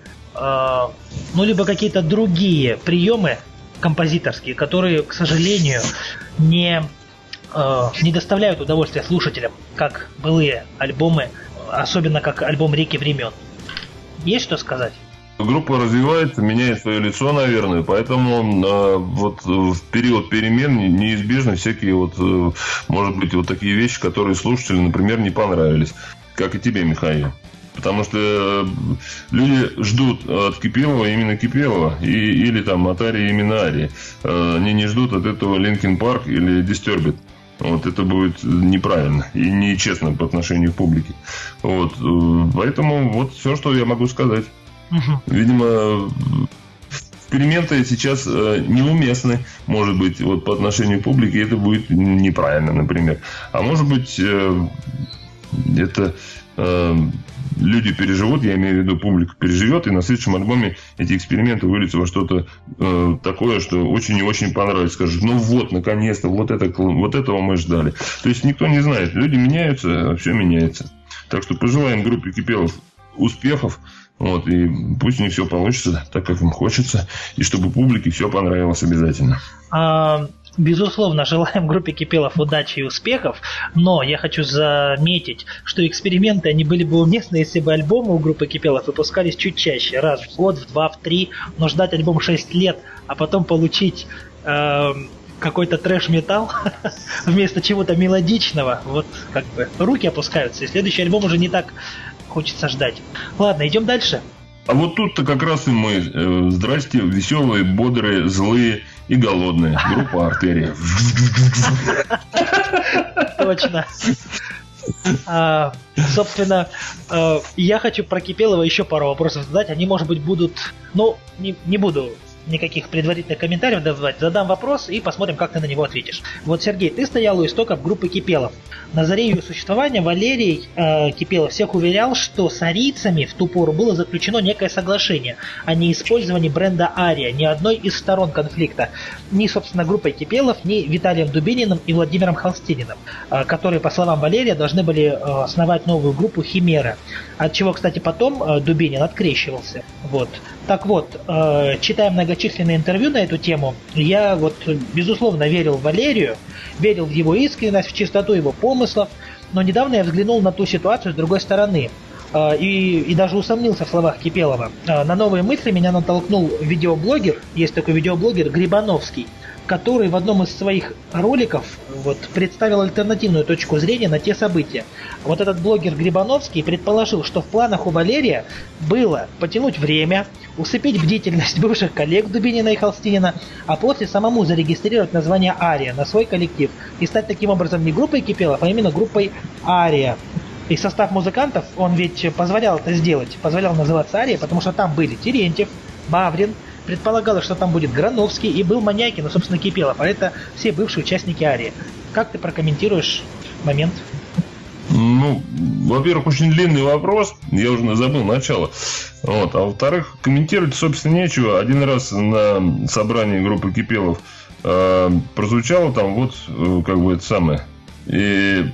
либо какие-то другие приемы композиторские, которые, к сожалению, не доставляют удовольствия слушателям, как былые альбомы, особенно как альбом «Реки времен». Есть что сказать? Группа развивается, меняет свое лицо, наверное, поэтому вот в период перемен неизбежны всякие может быть, вот такие вещи, которые слушателю, например, не понравились, как и тебе, Михаил. Потому что люди ждут от Кипелова именно Кипелова или там от Арии именно Арии. Они не ждут от этого Linkin Park или Disturbed. Вот это будет неправильно и нечестно по отношению к публике. Вот. Поэтому вот все, что я могу сказать. Видимо, эксперименты сейчас неуместны, может быть, вот по отношению к публике это будет неправильно, например. А может быть, это люди переживут, я имею в виду, публика переживет, и на следующем альбоме эти эксперименты выльются во что-то такое, что очень и очень понравится. Скажут, ну вот, наконец-то, вот этого мы ждали. То есть никто не знает. Люди меняются, а все меняется. Так что пожелаем группе Кипелов успехов. Вот, и пусть у них все получится так, как им хочется, и чтобы публике все понравилось обязательно. Безусловно, желаем группе Кипелов удачи и успехов, но я хочу заметить, что эксперименты, они были бы уместны, если бы альбомы у группы Кипелов выпускались чуть чаще, раз в год, в 2, в 3, но ждать альбом 6 лет, а потом получить какой-то трэш-металл вместо чего-то мелодичного, вот как бы руки опускаются, и следующий альбом уже не так хочется ждать. Ладно, идем дальше. А вот тут-то как раз и мы. Здрасте, веселые, бодрые, злые и голодные. Группа «Артерия». Точно. Собственно, я хочу про Кипелова еще пару вопросов задать. Они, может быть, будут... не буду никаких предварительных комментариев давать. Задам вопрос и посмотрим, как ты на него ответишь. Вот, Сергей, ты стоял у истоков группы Кипелов. На заре ее существования Валерий Кипелов всех уверял, что с арийцами в ту пору было заключено некое соглашение о неиспользовании бренда Ария ни одной из сторон конфликта. Ни, собственно, группой Кипелов, ни Виталием Дубининым и Владимиром Холстининым, которые, по словам Валерия, должны были основать новую группу Химера. От чего, кстати, потом Дубинин открещивался. Вот. Так вот, читая многочисленные интервью на эту тему, я безусловно верил Валерию, верил в его искренность, в чистоту его помыслов, но недавно я взглянул на ту ситуацию с другой стороны и даже усомнился в словах Кипелова. На новые мысли меня натолкнул видеоблогер, есть такой видеоблогер Грибановский, который в одном из своих роликов представил альтернативную точку зрения на те события. Вот этот блогер Грибановский предположил, что в планах у Валерия было потянуть время, усыпить бдительность бывших коллег Дубинина и Холстинина, а после самому зарегистрировать название Ария на свой коллектив и стать таким образом не группой Кипелов, а именно группой Ария. И состав музыкантов, он ведь позволял это сделать, позволял называться Ария, потому что там были Терентьев, Маврин, предполагалось, что там будет Грановский и был Манякин, собственно, Кипелов, а это все бывшие участники Арии. Как ты прокомментируешь момент? Во-первых, очень длинный вопрос, я уже забыл начало. А во-вторых, комментировать, собственно, нечего. Один раз на собрании группы Кипелов прозвучало там это самое. И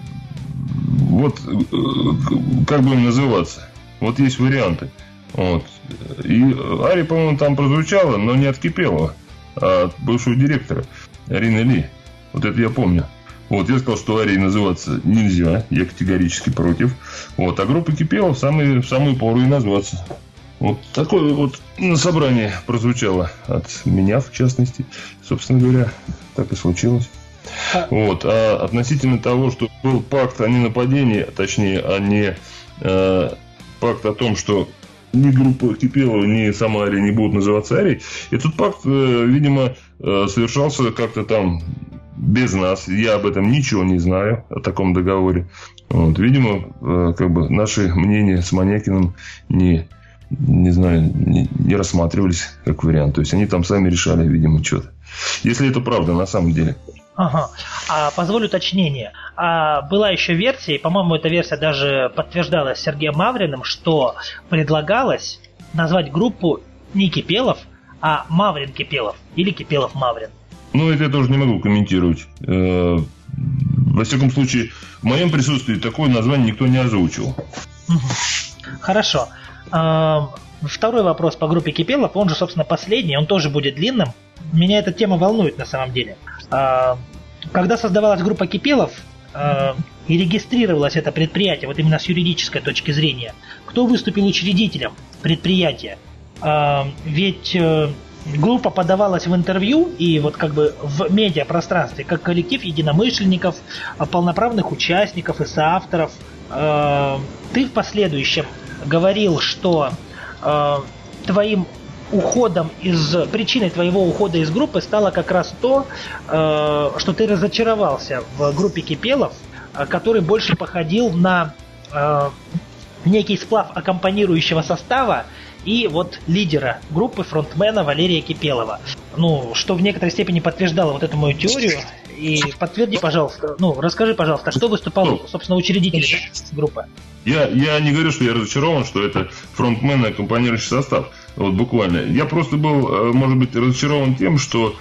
как будем называться? Вот есть варианты. И Ария, по-моему, там прозвучала, но не от Кипелова, а от бывшего директора Арины Ли. Вот это я помню. Вот, я сказал, что Арией называться нельзя, я категорически против. Вот, а группа Кипелов в самую пору и назваться. Вот такое вот на собрании прозвучало от меня, в частности. Собственно говоря, так и случилось. Вот, а относительно того, что был пакт о ненападении, точнее, а не пакт о том, что ни группа Кипелова, ни сама Ария не будут называться Арией, этот пакт, видимо, совершался как-то там без нас. Я об этом ничего не знаю, о таком договоре. Вот, видимо, как бы наши мнения с Манякиным не рассматривались как вариант. То есть они там сами решали, видимо, что-то. Если это правда, на самом деле. Ага. Позволю уточнение. Была еще версия, и, по-моему, эта версия даже подтверждалась Сергеем Мавриным, что предлагалось назвать группу не Кипелов, а Маврин Кипелов или Кипелов Маврин. Ну, это я тоже не могу комментировать. Во всяком случае, в моем присутствии такое название никто не озвучивал. Хорошо. Второй вопрос по группе Кипелов, он же, собственно, последний, он тоже будет длинным. Меня эта тема волнует на самом деле. Когда создавалась группа Кипелов и регистрировалось это предприятие, вот именно с юридической точки зрения, кто выступил учредителем предприятия? Ведь группа подавалась в интервью и вот как бы в медиапространстве как коллектив единомышленников, полноправных участников и соавторов. Ты в последующем говорил, что причиной твоего ухода из группы стало как раз то, что ты разочаровался в группе Кипелов, который больше походил на некий сплав аккомпанирующего состава и вот лидера группы, фронтмена Валерия Кипелова. Ну, что в некоторой степени подтверждало вот эту мою теорию. И подтверди, пожалуйста, расскажи, пожалуйста, что выступал, собственно, учредителем группы? Я не говорю, что я разочарован, что это фронтмен и аккомпанирующий состав. Вот буквально. Я просто был, может быть, разочарован тем, что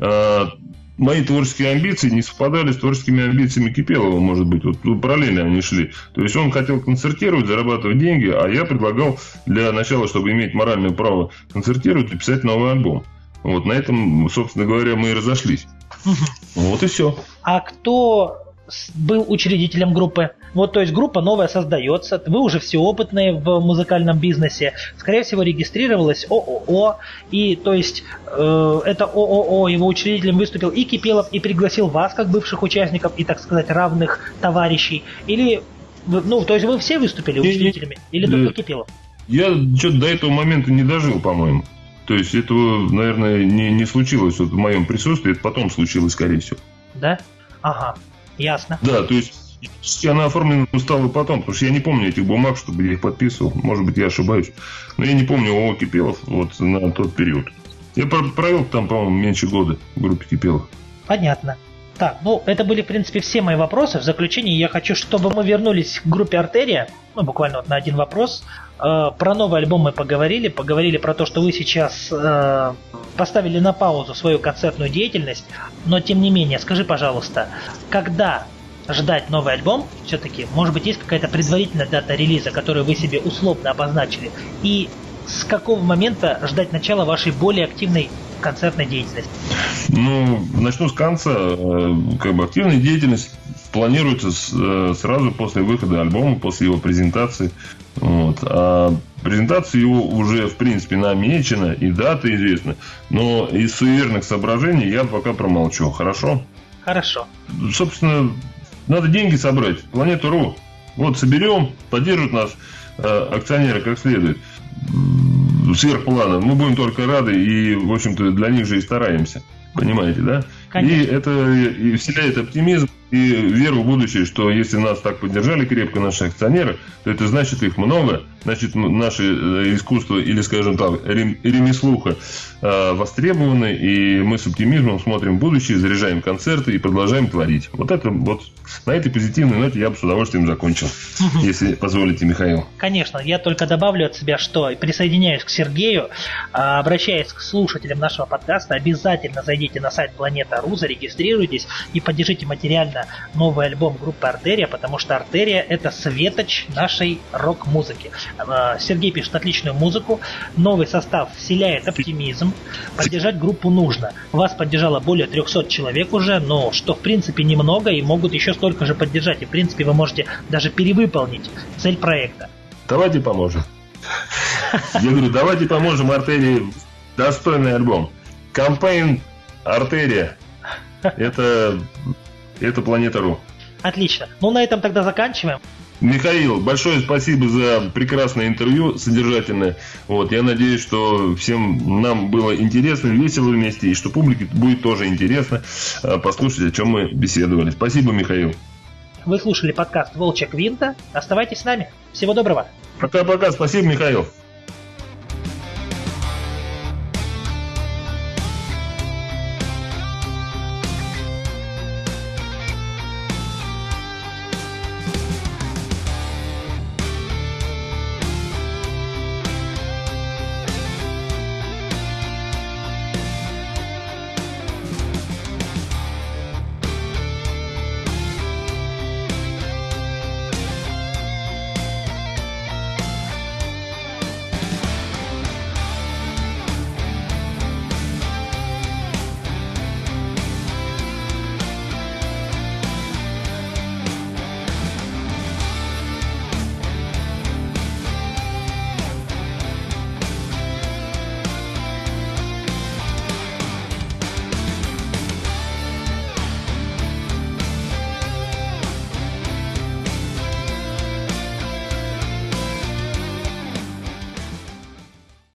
мои творческие амбиции не совпадали с творческими амбициями Кипелова, может быть. Вот параллельно они шли. То есть он хотел концертировать, зарабатывать деньги, а я предлагал для начала, чтобы иметь моральное право концертировать, и писать новый альбом. Вот на этом, собственно говоря, мы и разошлись. Вот и все. А кто был учредителем группы? Вот, то есть группа новая создается, вы уже все опытные в музыкальном бизнесе, скорее всего регистрировалось ООО, и то есть это ООО, его учредителем выступил и Кипелов, и пригласил вас как бывших участников и, так сказать, равных товарищей, или, то есть вы все выступили учредителями, или только Кипелов? Я что-то до этого момента не дожил, по-моему. То есть этого, наверное, не случилось вот в моем присутствии, это потом случилось, скорее всего. Да? Ага, ясно. Да, то есть она оформлена стала потом, потому что я не помню этих бумаг, чтобы я их подписывал. Может быть, я ошибаюсь. Но я не помню ООО Кипелов вот на тот период. Я провел там, по-моему, меньше года в группе Кипелов. Понятно. Так, это были, в принципе, все мои вопросы. В заключение я хочу, чтобы мы вернулись к группе Артерия. Буквально вот на один вопрос. Про новый альбом мы поговорили про то, что вы сейчас поставили на паузу свою концертную деятельность, но тем не менее, скажи, пожалуйста, когда ждать новый альбом? Все-таки, может быть, есть какая-то предварительная дата релиза, которую вы себе условно обозначили, и с какого момента ждать начала вашей более активной концертной деятельности? Начну с конца. Активная деятельность планируется сразу после выхода альбома, после его презентации. Вот. А презентация его уже, в принципе, намечена, и дата известна. Но из суеверных соображений я пока промолчу. Хорошо? Хорошо. Собственно, надо деньги собрать. Планету.ру. Вот соберем, поддержат нас акционеры как следует. Сверх плана. Мы будем только рады, и, в общем-то, для них же и стараемся. Понимаете, да? Конечно. И это и вселяет оптимизм и веру в будущее, что если нас так поддержали крепко наши акционеры, то это значит их много, значит наше искусство или, скажем так, ремеслуха востребованы, и мы с оптимизмом смотрим в будущее, заряжаем концерты и продолжаем творить. Вот на этой позитивной ноте я бы с удовольствием закончил, если позволите, Михаил. Конечно, я только добавлю от себя, что присоединяюсь к Сергею, обращаясь к слушателям нашего подкаста, обязательно зайдите на сайт Planeta.ru, зарегистрируйтесь и поддержите материально это новый альбом группы «Артерия», потому что «Артерия» — это светоч нашей рок-музыки. Сергей пишет отличную музыку, новый состав вселяет оптимизм, поддержать группу нужно. Вас поддержало более 300 человек уже, но что в принципе немного, и могут еще столько же поддержать, и в принципе вы можете даже перевыполнить цель проекта. Давайте поможем. Я говорю, давайте поможем «Артерии». Достойный альбом. Кампейн «Артерия». Это Планета.ру. Отлично. Ну, на этом тогда заканчиваем. Михаил, большое спасибо за прекрасное интервью, содержательное. Я надеюсь, что всем нам было интересно, весело вместе, и что публике будет тоже интересно послушать, о чем мы беседовали. Спасибо, Михаил. Вы слушали подкаст «Волчья Квинта». Оставайтесь с нами. Всего доброго. Пока-пока. Спасибо, Михаил.